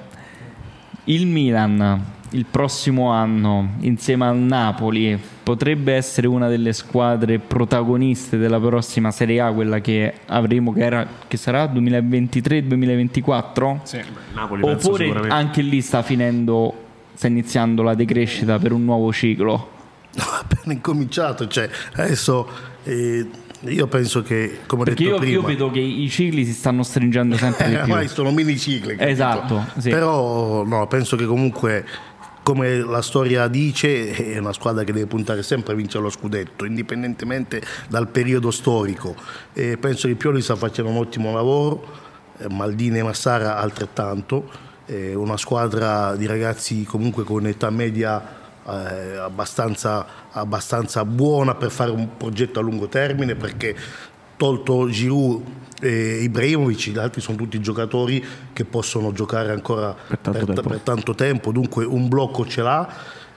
il Milan il prossimo anno, insieme al Napoli, potrebbe essere una delle squadre protagoniste della prossima Serie A, quella che avremo, che, era, che sarà duemilaventitré duemilaventiquattro? Sì. Napoli penso Oppure sicuramente. anche lì sta finendo, sta iniziando la decrescita per un nuovo ciclo? No, appena incominciato, cioè adesso eh, io penso che, come ho Perché detto io, prima, io vedo che i cicli si stanno stringendo sempre di eh, più. ormai sono mini cicli, capito? Esatto, sì. Però no, penso che comunque, come la storia dice, è una squadra che deve puntare sempre a vincere lo scudetto, indipendentemente dal periodo storico. E penso che Pioli sta facendo un ottimo lavoro, eh, Maldini e Massara altrettanto, eh, una squadra di ragazzi comunque con età media eh, abbastanza, abbastanza buona per fare un progetto a lungo termine, perché tolto Giroud e Ibrahimovic, gli altri sono tutti giocatori che possono giocare ancora Per tanto per, tempo. per tanto tempo, dunque un blocco ce l'ha,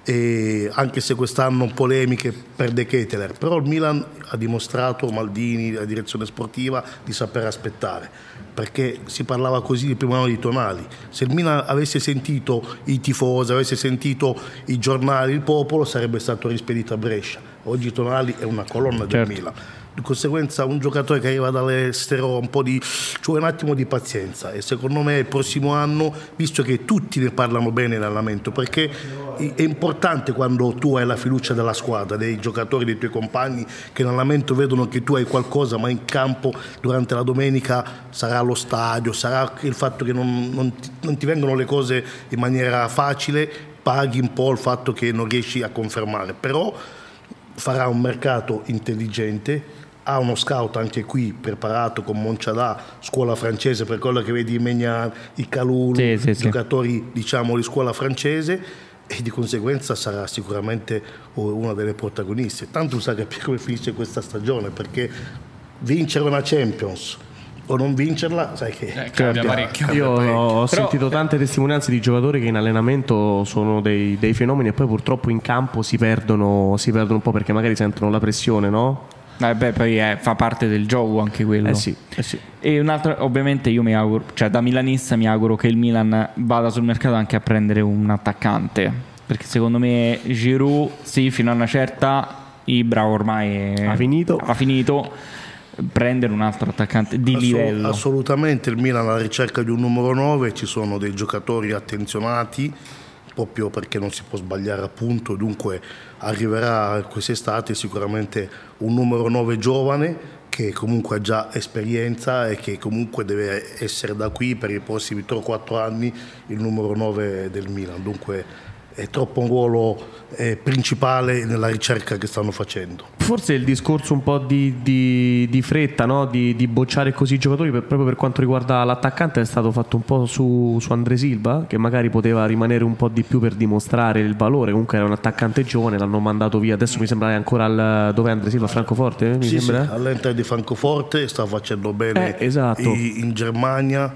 e anche se quest'anno polemiche per De Ketelaere, però il Milan ha dimostrato, Maldini, la direzione sportiva, di saper aspettare, perché si parlava così di primo anno di Tonali. Se il Milan avesse sentito i tifosi, avesse sentito i giornali, il popolo, sarebbe stato rispedito a Brescia. Oggi Tonali è una colonna del Certo. Milan. Di conseguenza un giocatore che arriva dall'estero un po' di ci vuole un attimo di pazienza, e secondo me il prossimo anno, visto che tutti ne parlano bene in allenamento, perché è importante quando tu hai la fiducia della squadra, dei giocatori, dei tuoi compagni, che in allenamento vedono che tu hai qualcosa, ma in campo durante la domenica sarà lo stadio, sarà il fatto che non, non, ti, non ti vengono le cose in maniera facile, paghi un po' il fatto che non riesci a confermare, però farà un mercato intelligente, ha uno scout anche qui preparato con Monciadà, scuola francese, per quello che vedi i Maignan, i Kalulu, Sì, sì, sì. giocatori diciamo di scuola francese, e di conseguenza sarà sicuramente una delle protagoniste. Tanto sa capire come finisce questa stagione, perché vincere una Champions o non vincerla, sai che Eh, cambia parecchio. Io ho Però- sentito tante testimonianze di giocatori che in allenamento sono dei, dei fenomeni e poi purtroppo in campo si perdono, si perdono un po' perché magari sentono la pressione, no? Eh beh, poi eh, fa parte del gioco anche quello. Eh sì, eh sì. E un'altra, ovviamente io mi auguro, cioè da milanista mi auguro che il Milan vada sul mercato anche a prendere un attaccante, perché secondo me Giroud sì, fino a una certa, Ibra ormai è- Ha finito. ha finito. Prendere un altro attaccante di Assolut- livello. Assolutamente, il Milan alla ricerca di un numero nove, ci sono dei giocatori attenzionati proprio perché non si può sbagliare appunto, dunque arriverà quest'estate sicuramente un numero nove giovane che comunque ha già esperienza e che comunque deve essere da qui per i prossimi tre o quattro anni il numero nove del Milan, dunque è troppo un ruolo eh, principale nella ricerca che stanno facendo. Forse il discorso un po' di, di, di fretta, no? di, di bocciare così i giocatori per- proprio per quanto riguarda l'attaccante è stato fatto un po' su, su André Silva, che magari poteva rimanere un po' di più per dimostrare il valore, comunque era un attaccante giovane, l'hanno mandato via, adesso mi sembra che ancora al... dov'è André Silva? A Francoforte? Mi Sì, sì, sembra? all'Inter di Francoforte sta facendo bene Eh, esatto. i- in Germania,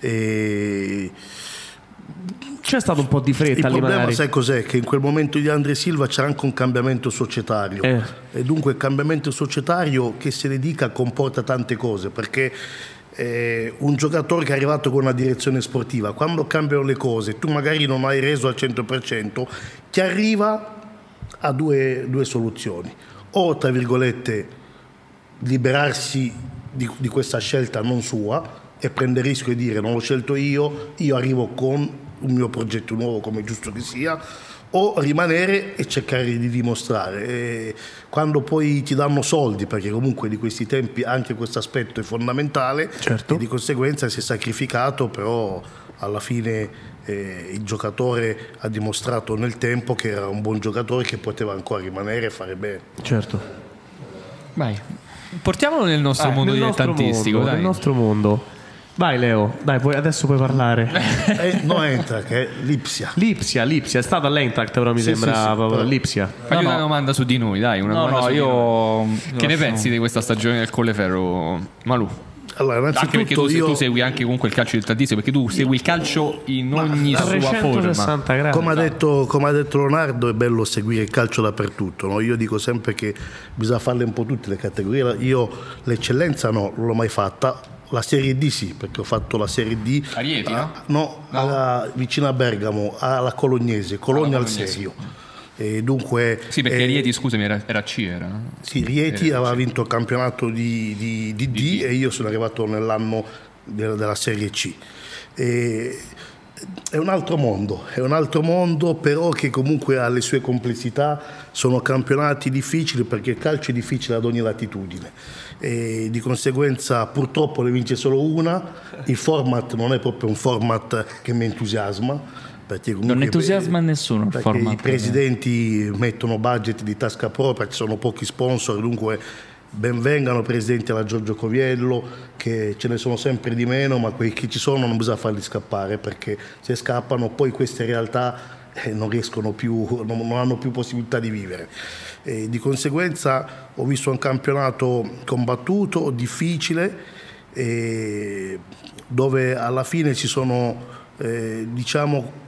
e C'è stato un po' di il fretta lì problema magari. sai cos'è? Che in quel momento di André Silva c'era anche un cambiamento societario, Eh. e dunque il cambiamento societario, che se ne dica, comporta tante cose, perché eh, un giocatore che è arrivato con una direzione sportiva, quando cambiano le cose, tu magari non hai reso al cento per cento, ti arriva a due, due soluzioni: o tra virgolette liberarsi di, di questa scelta non sua, e prendere il rischio di dire non l'ho scelto io, io arrivo con un mio progetto nuovo come è giusto che sia, o rimanere e cercare di dimostrare. E quando poi ti danno soldi, perché comunque di questi tempi anche questo aspetto è fondamentale, certo. E di conseguenza si è sacrificato, però alla fine eh, il giocatore ha dimostrato nel tempo che era un buon giocatore, che poteva ancora rimanere e fare bene. Certo. Vai. Portiamolo nel nostro Eh, mondo nel nostro dilettantistico, mondo, dai. nel nostro mondo. Vai Leo, dai, puoi, adesso puoi parlare. Eh, no, entra, che è Lipsia. Lipsia, Lipsia, è stata all'Eintracht, però mi Sì, sembra sì, sì, proprio però- Lipsia. Fagli No, una no. domanda su di noi, dai. Una No, domanda no, su di noi. io... Che ne lascio- pensi di questa stagione del Colleferro, Malù? Allora, Anche perché innanzitutto tu, io, tu segui anche comunque il calcio dilettantissimo, perché tu segui il calcio in ogni sua forma. trecentosessanta gradi. come ha, detto, come ha detto Leonardo, è bello seguire il calcio dappertutto, no? Io dico sempre che bisogna farle un po' tutte le categorie. Io l'eccellenza no, non l'ho mai fatta. La Serie D sì, perché ho fatto la Serie D A Rieti, a- no? no, alla- vicino a Bergamo, alla Colognese, Cologna al Colognese. Serio. E dunque, Sì, perché eh, Rieti, scusami, era, era C, era. no? sì, Rieti aveva vinto il campionato di, di- di D, e io sono arrivato nell'anno de- della Serie C. E è un altro mondo, è un altro mondo, però che comunque ha le sue complessità. Sono campionati difficili, perché il calcio è difficile ad ogni latitudine, e di conseguenza purtroppo ne vince solo una. Il format non è proprio un format che mi entusiasma, perché comunque, Non entusiasma beh, nessuno il perché format. i presidenti mettono budget di tasca propria, ci sono pochi sponsor, dunque ben vengano presidenti alla Giorgio Coviello, che ce ne sono sempre di meno, ma quelli che ci sono non bisogna farli scappare, perché se scappano poi queste realtà eh, non riescono più, non, non hanno più possibilità di vivere. E di conseguenza ho visto un campionato combattuto, difficile, e dove alla fine ci sono eh, diciamo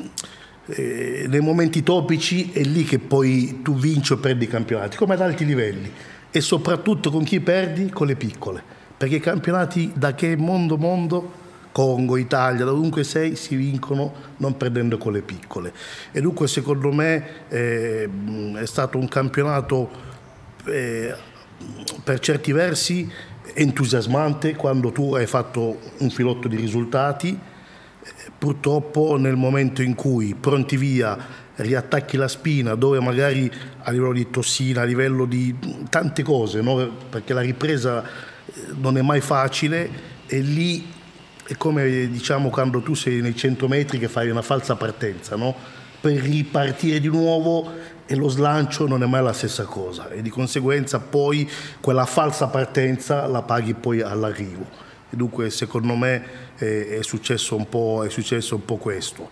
eh, nei momenti topici è lì che poi tu vinci o perdi i campionati, come ad alti livelli, e soprattutto con chi perdi? Con le piccole, perché i campionati da che mondo mondo, Congo, Italia, dovunque sei, si vincono non perdendo con le piccole. E dunque secondo me eh, è stato un campionato eh, per certi versi entusiasmante, quando tu hai fatto un filotto di risultati. Purtroppo nel momento in cui pronti via riattacchi la spina, dove magari a livello di tossina, a livello di tante cose, no? Perché la ripresa non è mai facile, e lì è come diciamo quando tu sei nei cento metri che fai una falsa partenza, no? Per ripartire di nuovo, e lo slancio non è mai la stessa cosa, e di conseguenza poi quella falsa partenza la paghi poi all'arrivo. E dunque secondo me eh, è successo un po', è successo un po' questo.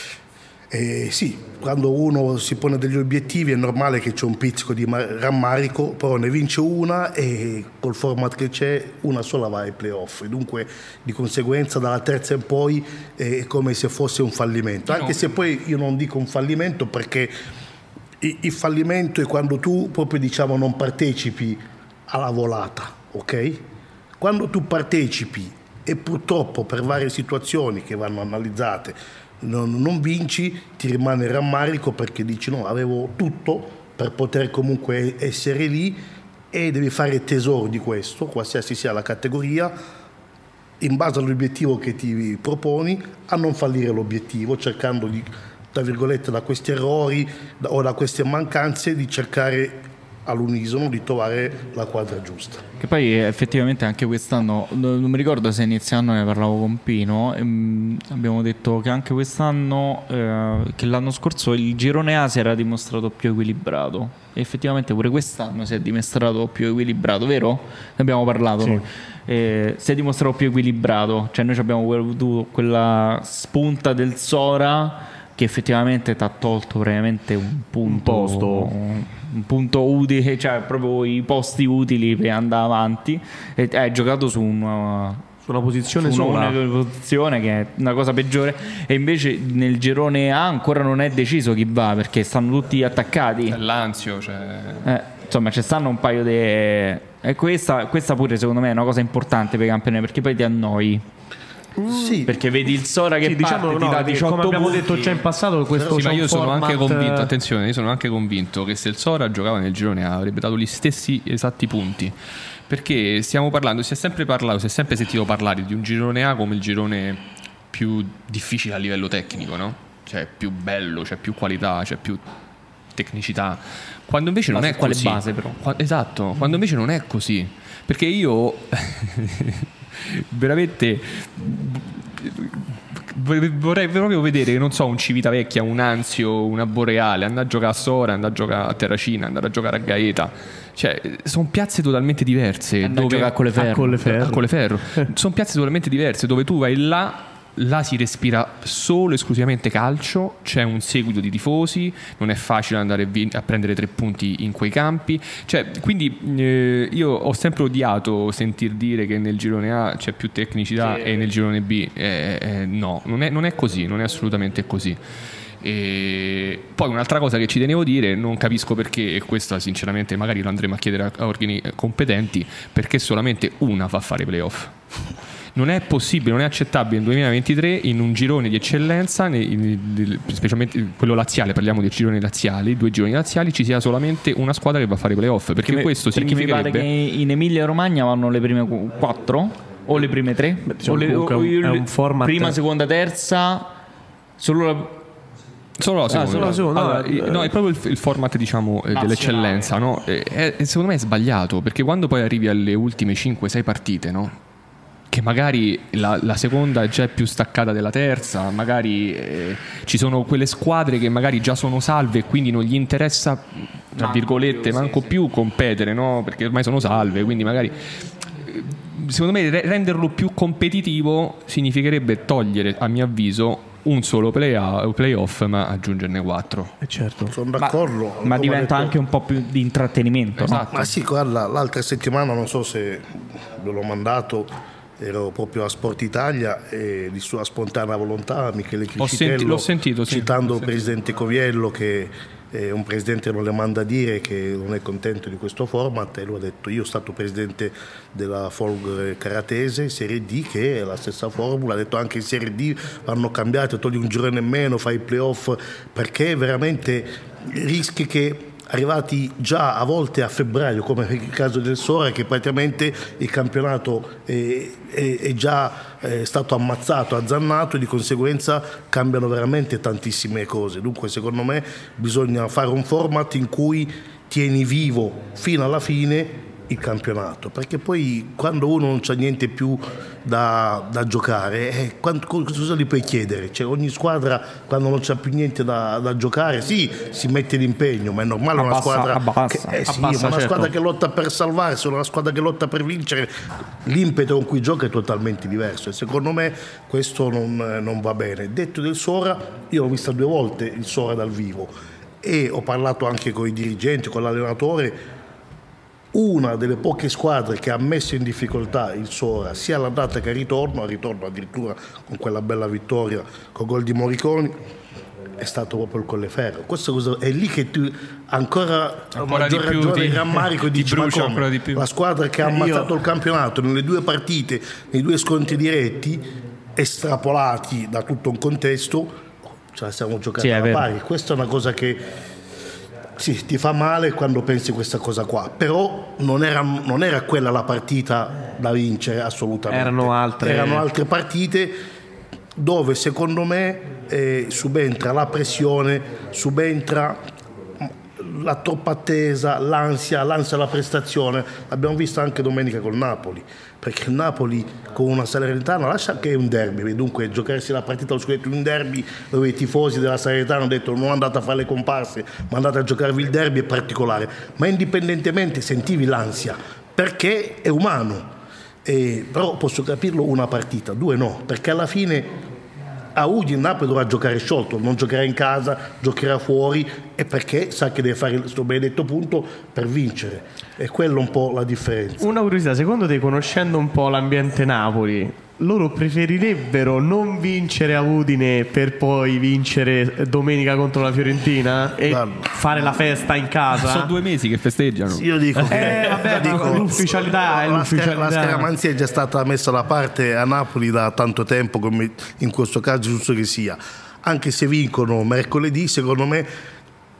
Eh, sì, quando uno si pone degli obiettivi è normale che c'è un pizzico di ma- rammarico, però ne vince una, e col format che c'è una sola va ai playoff, e dunque di conseguenza dalla terza in poi è come se fosse un fallimento, anche se poi io non dico un fallimento, perché il, il fallimento è quando tu proprio diciamo non partecipi alla volata, ok? Quando tu partecipi e purtroppo per varie situazioni che vanno analizzate non, non vinci, ti rimane il rammarico, perché dici no, avevo tutto per poter comunque essere lì, e devi fare tesoro di questo, qualsiasi sia la categoria, in base all'obiettivo che ti proponi, a non fallire l'obiettivo, cercando di, tra virgolette, da questi errori o da queste mancanze, di cercare all'unisono di trovare la quadra giusta. Che poi effettivamente anche quest'anno, non mi ricordo se iniziando ne parlavo con Pino, ehm, abbiamo detto che anche quest'anno, eh, che l'anno scorso il girone A si era dimostrato più equilibrato, e effettivamente pure quest'anno si è dimostrato più equilibrato, vero? Ne abbiamo parlato. Sì. Noi. Eh, si è dimostrato più equilibrato, cioè noi abbiamo avuto quella spunta del Sora che effettivamente ti ha tolto praticamente un punto, Un posto. un punto utile, cioè proprio i posti utili per andare avanti, e hai giocato su una, Su una posizione su sola. una posizione che è una cosa peggiore, e invece nel girone A ancora non è deciso chi va, perché stanno tutti attaccati. L'Anzio, cioè. Eh, insomma, ci stanno un paio di... E questa, questa pure secondo me è una cosa importante per i campioni, perché poi ti annoi. Sì, Perché vedi il Sora che Sì, parte, diciamo, ti no, dà perché diciotto come abbiamo punti. detto già in passato, questo Sì, ma c'è io un sono anche format, convinto, eh, attenzione, io sono anche convinto che se il Sora giocava nel girone A avrebbe dato gli stessi esatti punti, perché stiamo parlando, si è sempre parlato, si è sempre sentito parlare di un girone A come il girone più difficile a livello tecnico, no? Cioè più bello, c'è più qualità, c'è più tecnicità, quando invece non Ma è su quale così. base, però? Qua- esatto, quando invece non è così, perché io veramente vorrei proprio vedere, non so, un Civitavecchia, un Anzio, una Boreale, andare a giocare a Sora, andare a giocare a Terracina, andare a giocare a Gaeta. Cioè, sono piazze totalmente diverse. Andare a giocare a Colleferro. A Colleferro. A Colleferro. Sono piazze totalmente diverse dove tu vai là, là si respira solo esclusivamente calcio, c'è un seguito di tifosi, non è facile andare vin- a prendere tre punti in quei campi, cioè, quindi eh, io ho sempre odiato sentir dire che nel girone A c'è più tecnicità sì, e nel girone B eh, eh, no, non è, non è così, non è assolutamente così. E poi un'altra cosa che ci tenevo a dire, non capisco perché, e questo sinceramente magari lo andremo a chiedere a organi competenti, perché solamente una fa fare playoff. Non è possibile, non è accettabile nel duemilaventitré in un girone di eccellenza, nei, specialmente quello laziale, parliamo di gironi laziali, due gironi laziali, ci sia solamente una squadra che va a fare playoff, perché, perché questo perché significherebbe... mi pare che in Emilia Romagna vanno le prime quattro o le prime tre. Beh, diciamo o le, o, è un, è un format... prima, seconda, terza, solo la... Solo la seconda, ah, solo la seconda. Allora, no, no, è proprio il, il format, diciamo, eh, dell'eccellenza, no? E, è, secondo me è sbagliato, perché quando poi arrivi alle ultime cinque sei partite, no? Che magari la, la seconda è già più staccata della terza, magari eh, ci sono quelle squadre che magari già sono salve e quindi non gli interessa, tra virgolette, manco più competere, no? Perché ormai sono salve, quindi magari secondo me renderlo più competitivo significherebbe togliere, a mio avviso, un solo play- playoff ma aggiungerne quattro. Eh certo. Sono d'accordo. Ma, ma diventa detto... anche un po' più di intrattenimento, esatto. Ma sì, guarda, l'altra settimana, non so se ve l'ho mandato, ero proprio a Sport Italia e di sua spontanea volontà Michele Criscitello, senti- l'ho sentito, sì. citando L'ho il presidente Coviello, che è un presidente non le manda a dire che non è contento di questo format, e lui ha detto: io sono stato presidente della Folgore Caratese Serie D, che è la stessa formula, ha detto anche in Serie D vanno cambiate, togli un girone in meno, fai i playoff, perché veramente rischi che arrivati già a volte a febbraio, come nel caso del Sora, che praticamente il campionato è, è, è già è stato ammazzato, azzannato, e di conseguenza cambiano veramente tantissime cose. Dunque secondo me bisogna fare un format in cui tieni vivo fino alla fine il campionato, perché poi quando uno non c'ha niente più da, da giocare, eh, quando, cosa gli puoi chiedere? Cioè, ogni squadra quando non c'ha più niente da, da giocare, sì, si mette l'impegno, ma è normale una abbassa, squadra abbassa, che, eh, sì, abbassa, una certo. squadra che lotta per salvarsi, una squadra che lotta per vincere, l'impeto con cui gioca è totalmente diverso, e secondo me questo non, non va bene. Detto del Sora, io l'ho vista due volte il Sora dal vivo e ho parlato anche con i dirigenti, con l'allenatore. Una delle poche squadre che ha messo in difficoltà il Sora sia all'andata che al ritorno, al ritorno addirittura con quella bella vittoria con gol di Moriconi, è stato proprio il Colleferro. Questo cosa, è lì che tu ancora a maggior ragione il rammarico di dici: ma come? Di più. La squadra che ha ammazzato il campionato nelle due partite, nei due scontri diretti, estrapolati da tutto un contesto, ce la siamo giocati sì, alla pari. Questa è una cosa che sì, ti fa male quando pensi questa cosa qua, però non era, non era quella la partita da vincere assolutamente. Erano altre, Erano altre partite dove secondo me eh, subentra la pressione, subentra la troppa attesa, l'ansia, l'ansia alla prestazione. L'abbiamo visto anche domenica col Napoli, perché il Napoli con una Salernitana lascia che è un derby, dunque giocarsi la partita allo scudetto in un derby dove i tifosi della Salernitana hanno detto non andate a fare le comparse ma andate a giocarvi il derby, è particolare, ma indipendentemente sentivi l'ansia perché è umano. Eh, però posso capirlo una partita, due no, perché alla fine a Udine Napoli dovrà giocare sciolto, non giocherà in casa, giocherà fuori, e perché sa che deve fare il suo benedetto punto per vincere, è quello un po' la differenza. Una curiosità, secondo te, conoscendo un po' l'ambiente Napoli, loro preferirebbero non vincere a Udine per poi vincere domenica contro la Fiorentina e Guarda, fare la festa in casa? Sono due mesi che festeggiano. Io dico che eh, vabbè, dico, l'ufficialità è la, l'ufficialità. la scaramanzia è già stata messa da parte a Napoli da tanto tempo, come in questo caso giusto che sia. Anche se vincono mercoledì, secondo me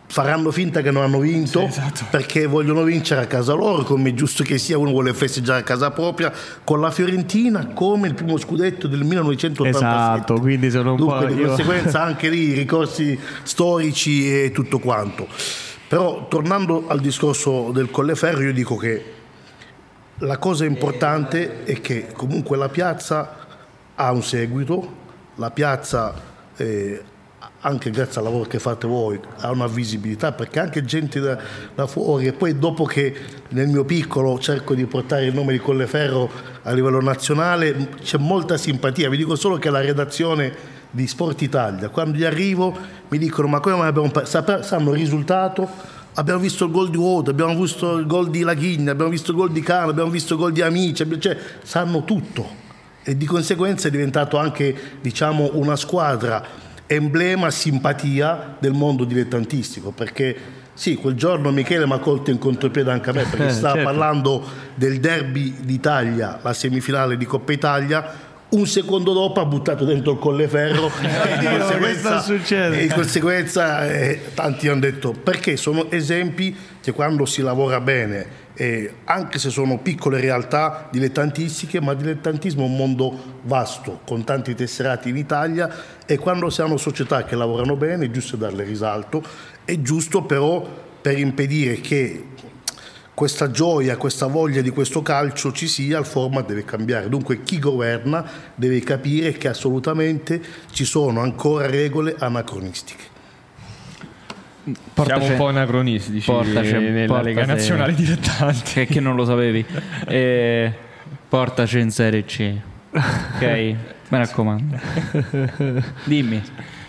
faranno finta che non hanno vinto, sì, esatto, perché vogliono vincere a casa loro, come è giusto che sia, uno vuole festeggiare a casa propria, con la Fiorentina come il primo scudetto del millenovecentottantasette. Esatto, quindi sono un Dunque, po' di io... conseguenza anche lì ricorsi storici e tutto quanto. Però tornando al discorso del Colleferro, io dico che la cosa importante è che comunque la piazza ha un seguito, la piazza eh, anche grazie al lavoro che fate voi ha una visibilità, perché anche gente da, da fuori, e poi dopo che nel mio piccolo cerco di portare il nome di Colleferro a livello nazionale c'è molta simpatia. Vi dico solo che la redazione di Sport Italia, quando gli arrivo mi dicono ma come mai abbiamo sanno il risultato, abbiamo visto il gol di Wout, abbiamo visto il gol di Laghigna, abbiamo visto il gol di Cano, abbiamo visto il gol di Amici, cioè sanno tutto, e di conseguenza è diventato anche, diciamo, una squadra emblema, simpatia del mondo dilettantistico, perché sì, quel giorno Michele mi ha colto in contropiede anche a me, perché stava certo. parlando del derby d'Italia, la semifinale di Coppa Italia, un secondo dopo ha buttato dentro il Colleferro e di conseguenza, e di conseguenza eh, tanti hanno detto, perché sono esempi che quando si lavora bene, eh, anche se sono piccole realtà dilettantistiche, ma il dilettantismo è un mondo vasto con tanti tesserati in Italia, e quando si hanno società che lavorano bene è giusto darle risalto, è giusto però, per impedire che questa gioia, questa voglia di questo calcio ci sia, il format deve cambiare. Dunque chi governa deve capire che assolutamente ci sono ancora regole anacronistiche. Portaci, siamo un po' anacronistici portaci, nella portaci, Lega Nazionale Dilettanti. Che, che non lo sapevi. E portaci in Serie C. Ok? Mi raccomando. Dimmi.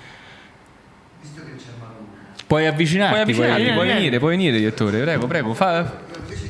Puoi avvicinarti, puoi, avvicinarti, puoi, puoi venire, puoi venire, direttore. Prego, prego. Fa...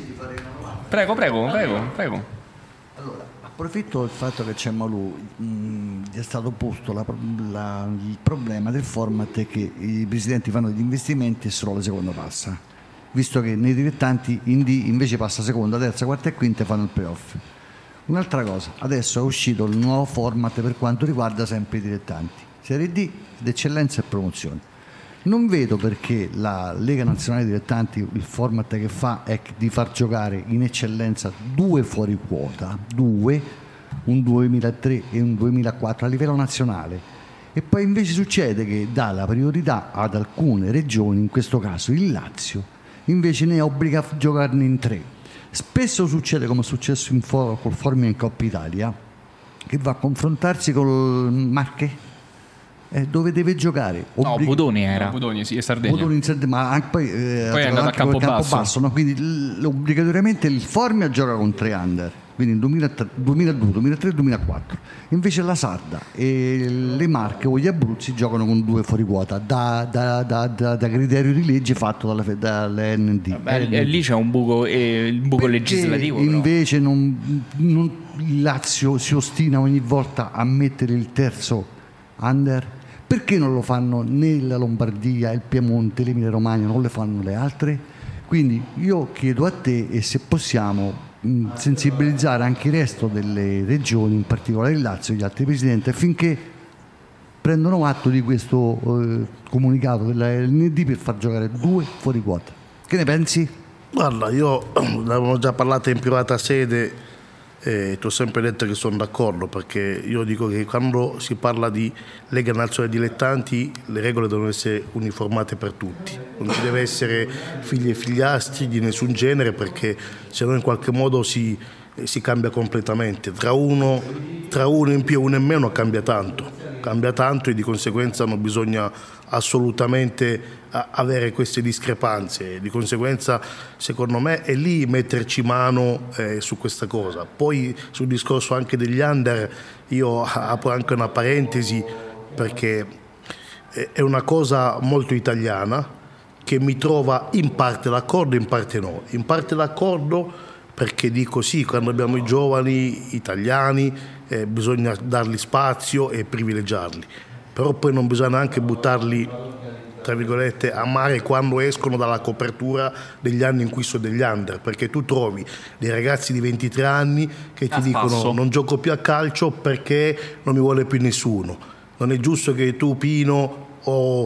Prego, prego, prego, prego. Allora, approfitto del fatto che c'è Malù, mh, gli è stato posto la, la, il problema del format che i presidenti fanno degli investimenti e solo la seconda passa, visto che nei dilettanti Indy invece passa seconda, terza, quarta e quinta e fanno il playoff. Un'altra cosa, adesso è uscito il nuovo format per quanto riguarda sempre i dilettanti, Serie D, d'eccellenza e promozione. Non vedo perché la Lega Nazionale Dilettanti, il format che fa è di far giocare in eccellenza due fuori quota, due, un duemilatré e un duemilaquattro a livello nazionale, e poi invece succede che dà la priorità ad alcune regioni, in questo caso il Lazio, invece ne obbliga a giocarne in tre. Spesso succede, come è successo in for- col Formula in Coppa Italia, che va a confrontarsi col Marche, Eh, dove deve giocare? Obblig- no, Bodoni era. No, Bodoni, sì, è Sardegna. Bodoni in Sardegna, ma anche poi, eh, poi è andato a Campobasso. Campobasso, no? Quindi l- obbligatoriamente il Formia gioca con tre under, quindi nel duemiladue, duemilatré, duemilaquattro. Invece la Sarda e le Marche o gli Abruzzi giocano con due fuori quota da, da, da, da, da criterio di legge fatto dalla, dalle N D. Vabbè, e lì c'è un buco, eh, il buco legislativo. Invece non, non, il Lazio si ostina ogni volta a mettere il terzo under. Perché non lo fanno né la Lombardia, il Piemonte, l'Emilia Romagna, non le fanno le altre? Quindi io chiedo a te, e se possiamo mh, sensibilizzare anche il resto delle regioni, in particolare il Lazio e gli altri presidenti, affinché prendano atto di questo eh, comunicato della L N D per far giocare due fuori quota. Che ne pensi? Guarda, io l'avevo già parlato in privata sede e ti ho sempre detto che sono d'accordo, perché io dico che quando si parla di Lega Nazionale Dilettanti le regole devono essere uniformate per tutti, non ci deve essere figli e figliastri di nessun genere, perché se no in qualche modo si, si cambia completamente, tra uno, tra uno in più e uno in meno cambia tanto, cambia tanto e di conseguenza non bisogna assolutamente avere queste discrepanze. Di conseguenza secondo me è lì metterci mano eh, su questa cosa. Poi sul discorso anche degli under io apro anche una parentesi, perché è una cosa molto italiana che mi trova in parte d'accordo e in parte no. In parte d'accordo perché dico sì, quando abbiamo i giovani italiani eh, bisogna dargli spazio e privilegiarli, però poi non bisogna anche buttarli tra virgolette a mare quando escono dalla copertura degli anni in cui sono degli under, perché tu trovi dei ragazzi di ventitré anni che ti a dicono spasso. Non gioco più a calcio perché non mi vuole più nessuno. Non è giusto che tu, Pino o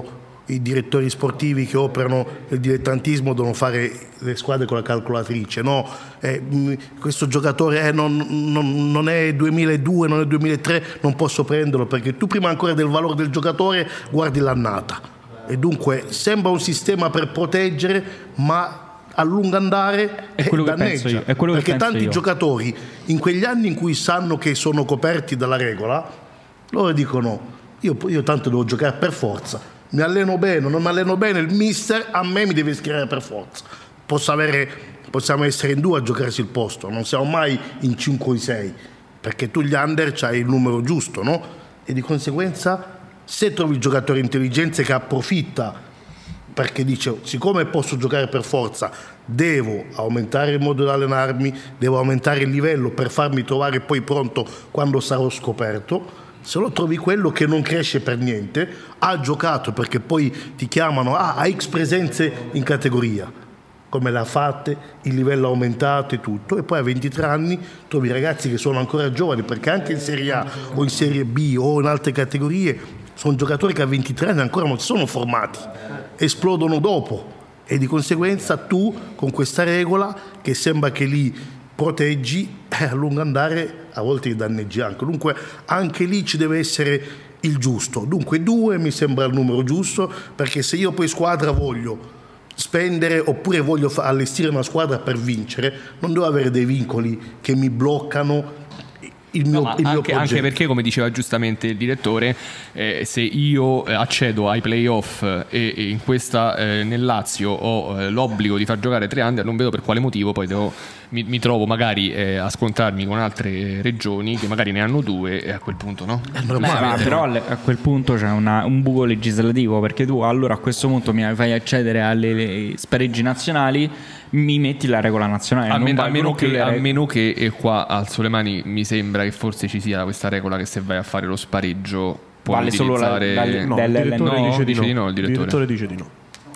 i direttori sportivi che operano nel dilettantismo devono fare le squadre con la calcolatrice, no? Eh, questo giocatore eh, non, non, non è duemiladue, non è duemilatré, non posso prenderlo, perché tu prima ancora del valore del giocatore guardi l'annata, e dunque sembra un sistema per proteggere, ma a lungo andare è quello danneggia, che penso io, è quello che perché penso tanti io. giocatori in quegli anni in cui sanno che sono coperti dalla regola, loro dicono io, io tanto devo giocare per forza, mi alleno bene o non mi alleno bene, il mister a me mi deve schierare per forza. Posso avere, possiamo essere in due a giocarsi il posto, non siamo mai in cinque o in sei, perché tu gli under c'hai il numero giusto, no? E di conseguenza se trovi il giocatore intelligente che approfitta, perché dice siccome posso giocare per forza devo aumentare il modo di allenarmi, devo aumentare il livello per farmi trovare poi pronto quando sarò scoperto. Se lo trovi quello che non cresce per niente, ha giocato perché poi ti chiamano, ah, ha X presenze in categoria, come l'ha fatte, il livello aumentato e tutto, e poi a ventitré anni trovi ragazzi che sono ancora giovani, perché anche in Serie A o in Serie B o in altre categorie sono giocatori che a ventitré anni ancora non si sono formati, esplodono dopo, e di conseguenza tu con questa regola che sembra che li proteggi, eh, a lungo andare a volte li danneggi anche. Dunque anche lì ci deve essere il giusto. Dunque due mi sembra il numero giusto, perché se io poi squadra voglio spendere oppure voglio allestire una squadra per vincere, non devo avere dei vincoli che mi bloccano il mio, no, il mio anche, progetto. Anche perché, come diceva giustamente il direttore, eh, se io eh, accedo ai playoff eh, e in questa eh, nel Lazio ho eh, l'obbligo di far giocare tre under, non vedo per quale motivo poi devo, mi, mi trovo magari eh, a scontrarmi con altre regioni che magari ne hanno due, e a quel punto no? È normale. Beh, però a quel punto c'è una, un buco legislativo, perché tu allora a questo punto mi fai accedere alle spareggi nazionali, mi metti la regola nazionale, A, non men- a valgono meno più che, le a regole. meno che e qua alzo le mani, mi sembra che forse ci sia questa regola che se vai a fare lo spareggio puoi Vale solo la- utilizzare la- No, Delle- il direttore no, dice, di, dice no. di no il direttore. dice di no.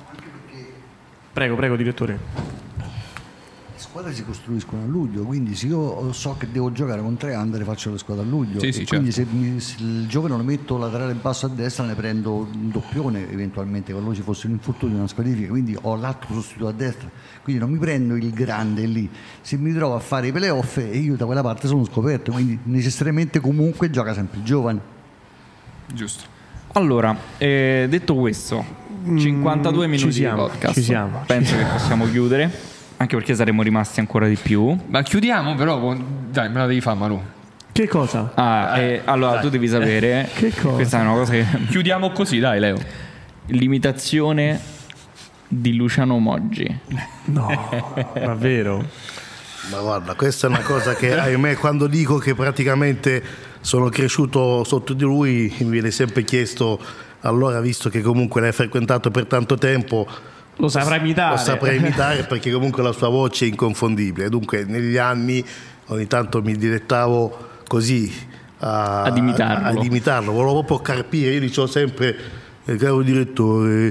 Prego, prego, direttore. Le squadre si costruiscono a luglio, quindi se io so che devo giocare con tre under faccio le squadre a luglio. Sì, sì, E quindi certo. se, mi, se il giovane lo metto laterale basso a destra ne prendo un doppione eventualmente, qualora ci fosse un infortunio, una squalifica, quindi ho l'altro sostituto a destra, quindi non mi prendo il grande lì. Se mi trovo a fare i playoff e io da quella parte sono scoperto, quindi necessariamente comunque gioca sempre il giovane. Giusto. Allora, eh, detto questo, cinquantadue Mm, minuti ci siamo, di podcast. ci siamo. Penso che possiamo chiudere, anche perché saremmo rimasti ancora di più. Ma chiudiamo però con... dai, me la devi fare, Manu. Che cosa? Ah, eh, allora tu devi sapere Che cosa? questa è una cosa che Chiudiamo così, dai, Leo. l'imitazione di Luciano Moggi. No, davvero? Ma guarda, questa è una cosa che ahimè quando dico che praticamente sono cresciuto sotto di lui mi viene sempre chiesto, allora visto che comunque l'hai frequentato per tanto tempo Lo saprai imitare. lo saprei imitare, perché comunque la sua voce è inconfondibile. Dunque negli anni ogni tanto mi dilettavo così a, Ad imitarlo. a- ad imitarlo, volevo proprio carpire. Io dicevo sempre eh, caro direttore,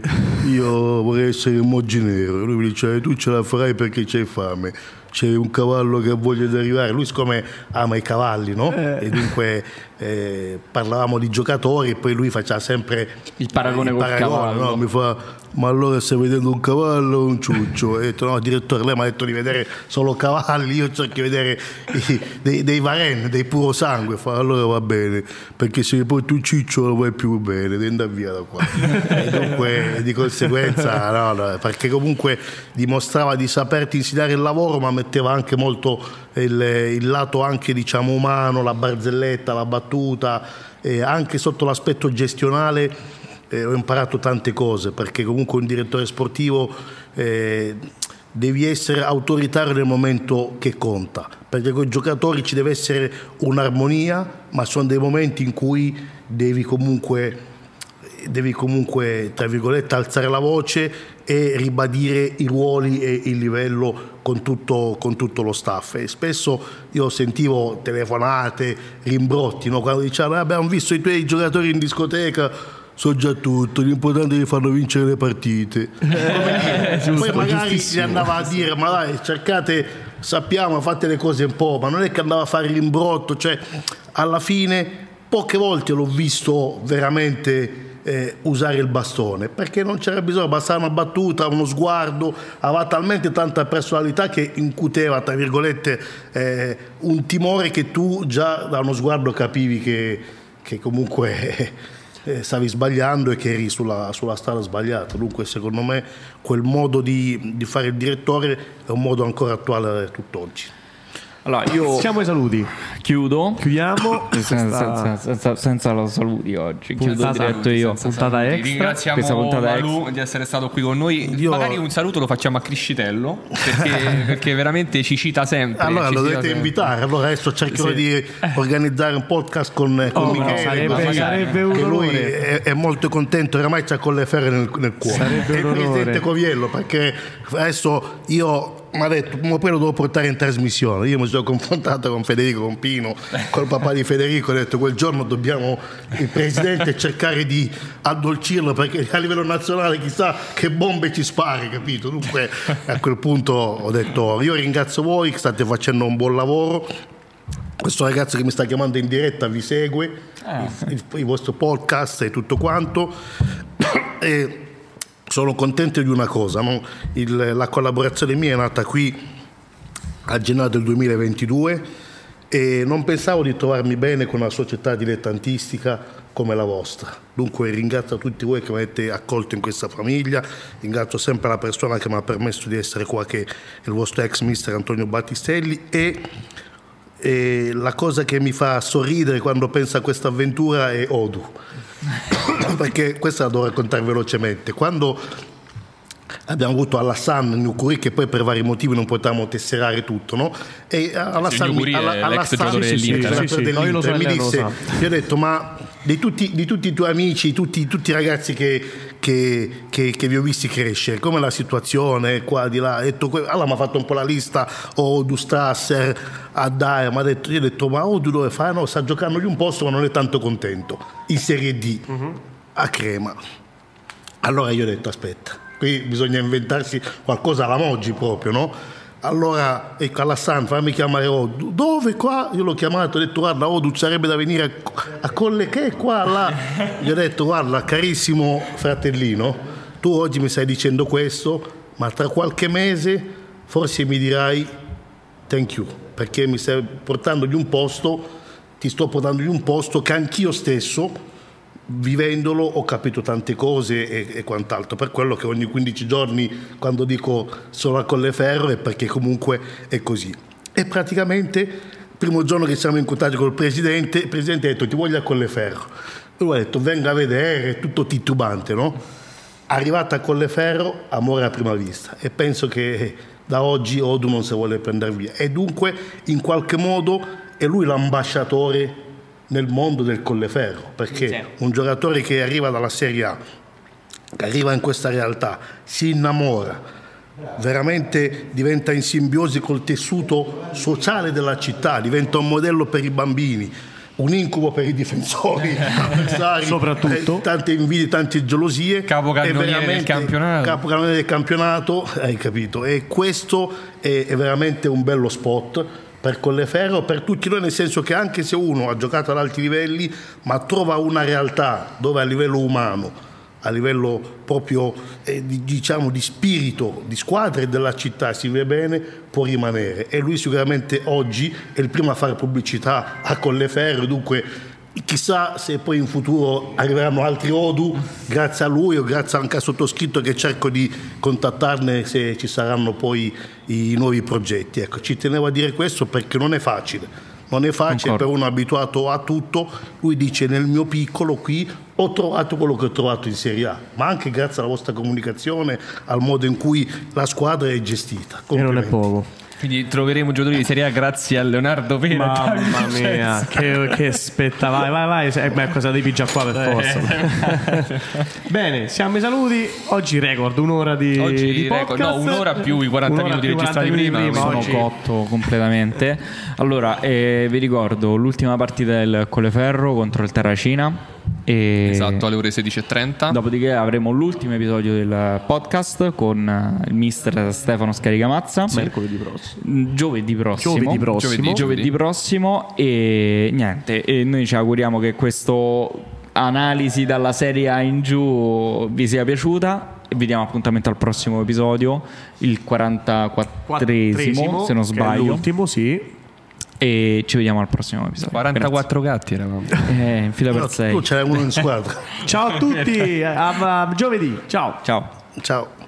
io vorrei essere un Moggi nero. Lui mi diceva tu ce la farai perché c'hai fame, c'è un cavallo che ha voglia di arrivare. Lui siccome ama i cavalli, no? E dunque eh, parlavamo di giocatori e poi lui faceva sempre Il paragone col cavallo. no? Mi fa, ma allora stai vedendo un cavallo o un ciuccio? E ho detto no direttore, lei mi ha detto di vedere solo cavalli, io cerco di vedere i- dei, dei varen, dei puro sangue. Fa, allora va bene, perché se poi tu ciccio lo vuoi più bene, devi andare via da qua. E dunque di conseguenza no, no, perché comunque dimostrava di saperti insegnare il lavoro, ma metteva anche molto il, il lato anche diciamo umano, la barzelletta, la battuta, e anche sotto l'aspetto gestionale. Eh, ho imparato tante cose, perché comunque un direttore sportivo eh, devi essere autoritario nel momento che conta, perché con i giocatori ci deve essere un'armonia, ma sono dei momenti in cui devi comunque devi comunque tra virgolette alzare la voce e ribadire i ruoli e il livello con tutto, con tutto lo staff. E spesso io sentivo telefonate, rimbrotti, no? Quando dicevano abbiamo visto i tuoi giocatori in discoteca, so già tutto, l'importante è che fanno vincere le partite. Poi magari si andava a dire ma dai cercate, sappiamo, fate le cose un po', ma non è che andava a fare l'imbrotto, cioè alla fine poche volte l'ho visto veramente eh, usare il bastone, perché non c'era bisogno, bastava una battuta, uno sguardo, aveva talmente tanta personalità che incuteva, tra virgolette, eh, un timore che tu già da uno sguardo capivi che, che comunque eh, stavi sbagliando e che eri sulla, sulla strada sbagliata. Dunque secondo me quel modo di, di fare il direttore è un modo ancora attuale tutt'oggi. Allora, io Siamo ai saluti. chiudo Chiudiamo senza, questa senza, senza, senza la saluti oggi. Chiudo puntata- diretto io. puntata Ti extra. ringraziamo Questa puntata Malù di essere stato qui con noi. Io- Magari un saluto lo facciamo a Criscitello perché, perché veramente ci cita sempre. Allora ci lo cita dovete sempre. invitare, allora adesso cercherò di organizzare un podcast con, con Oh, Michele, sarebbe, così, sarebbe un che lui onore. è, è molto contento, oramai c'ha Colleferro nel, nel cuore. Sarebbe E il un onore. presidente Coviello, perché adesso io mi ha detto prima o poi lo devo portare in trasmissione. Io mi sono confrontato con Federico Compino, col papà di Federico, ho detto quel giorno dobbiamo il presidente cercare di addolcirlo, perché a livello nazionale chissà che bombe ci spari, capito? Dunque a quel punto ho detto io ringrazio voi che state facendo un buon lavoro. Questo ragazzo che mi sta chiamando in diretta vi segue, il, il, il vostro podcast e tutto quanto. E sono contento di una cosa, no? Il, la collaborazione mia è nata qui a gennaio del duemilaventidue e non pensavo di trovarmi bene con una società dilettantistica come la vostra. Dunque ringrazio tutti voi che mi avete accolto in questa famiglia, ringrazio sempre la persona che mi ha permesso di essere qua, che è il vostro ex mister Antonio Battistelli, e, e la cosa che mi fa sorridere quando penso a questa avventura è Odu. Perché questa la devo raccontare velocemente. Quando abbiamo avuto Alassane Nukuri, che poi per vari motivi non potevamo tesserare tutto, no? E Alassane Nukuri è l'ex giocatore dell'Inter. Sì, sì, no, io lo so, mi lei lo disse, sa. io ho detto ma di tutti, di tutti i tuoi amici, tutti, tutti i ragazzi che, che, che, che vi ho visti crescere, come la situazione qua di là, ha detto, allora mi ha fatto un po' la lista, Odu, Strasser, Addair, mi ha detto, io ho detto ma Odu dove fa? No, sta giocando di un posto ma non è tanto contento, in Serie D, uh-huh. a Crema. Allora io ho detto aspetta, qui bisogna inventarsi qualcosa alla Moggi proprio, no? Allora, ecco, Alassane, fammi chiamare Odu. Dove qua? Io l'ho chiamato, ho detto guarda Odu, sarebbe da venire a, a Colle, che è qua, là. Gli ho detto guarda carissimo fratellino, tu oggi mi stai dicendo questo, ma tra qualche mese forse mi dirai thank you, perché mi stai portando di un posto, ti sto portando di un posto che anch'io stesso, vivendolo, ho capito tante cose e, e quant'altro. Per quello che ogni quindici giorni quando dico sono a Colleferro è perché comunque è così. E praticamente il primo giorno che siamo incontrati col presidente, il presidente ha detto ti voglio a Colleferro, e lui ha detto venga a vedere, tutto titubante, no? Arrivata a Colleferro, amore a prima vista, e penso che da oggi Odu non si vuole prendere via, e dunque in qualche modo è lui l'ambasciatore nel mondo del Colleferro, perché sì. un giocatore che arriva dalla Serie A, che arriva in questa realtà, si innamora, veramente diventa in simbiosi col tessuto sociale della città, diventa un modello per i bambini, un incubo per i difensori avversari, soprattutto, eh, tante invidie, tante gelosie, capocannoniere del campionato, capocannoniere del campionato, hai capito? E questo è, è veramente un bello spot per Colleferro, per tutti noi, nel senso che anche se uno ha giocato ad alti livelli ma trova una realtà dove a livello umano, a livello proprio eh, di, diciamo di spirito, di squadra e della città si vive bene, può rimanere, e lui sicuramente oggi è il primo a fare pubblicità a Colleferro, dunque chissà se poi in futuro arriveranno altri Odu grazie a lui o grazie anche al sottoscritto, che cerco di contattarne se ci saranno poi i nuovi progetti. Ecco, ci tenevo a dire questo perché non è facile, non è facile Concordo. Per uno abituato a tutto. Lui dice nel mio piccolo qui ho trovato quello che ho trovato in Serie A, ma anche grazie alla vostra comunicazione, al modo in cui la squadra è gestita. E non è poco. Quindi troveremo giocatori di Serie A grazie a Leonardo Pera. Mamma mia, che, che spetta. Vai, vai, vai. Eh, beh, cosa devi già qua per forza. Bene, siamo ai saluti. Oggi record, un'ora di, oggi di record, podcast. No, un'ora più i quaranta un'ora minuti più registrati prima. prima sono oggi. cotto completamente. Allora, eh, vi ricordo l'ultima partita del Colleferro contro il Terracina. E esatto, alle ore sedici e trenta. Dopodiché avremo l'ultimo episodio del podcast con il mister Stefano Scaricamazza. Sì. Mercoledì prossimo. Giovedì prossimo. Giovedì prossimo. Giovedì, giovedì prossimo. E niente, e noi ci auguriamo che questo analisi dalla Serie A in giù vi sia piaciuta e vi diamo appuntamento al prossimo episodio, il quarantaquattresimo se non sbaglio, l'ultimo, sì. E ci vediamo al prossimo episodio. quarantaquattro gatti eravamo. Eh, in fila per No, sei. tu c'è uno in squadra. Ciao a tutti, a, a giovedì. Ciao. Ciao. Ciao.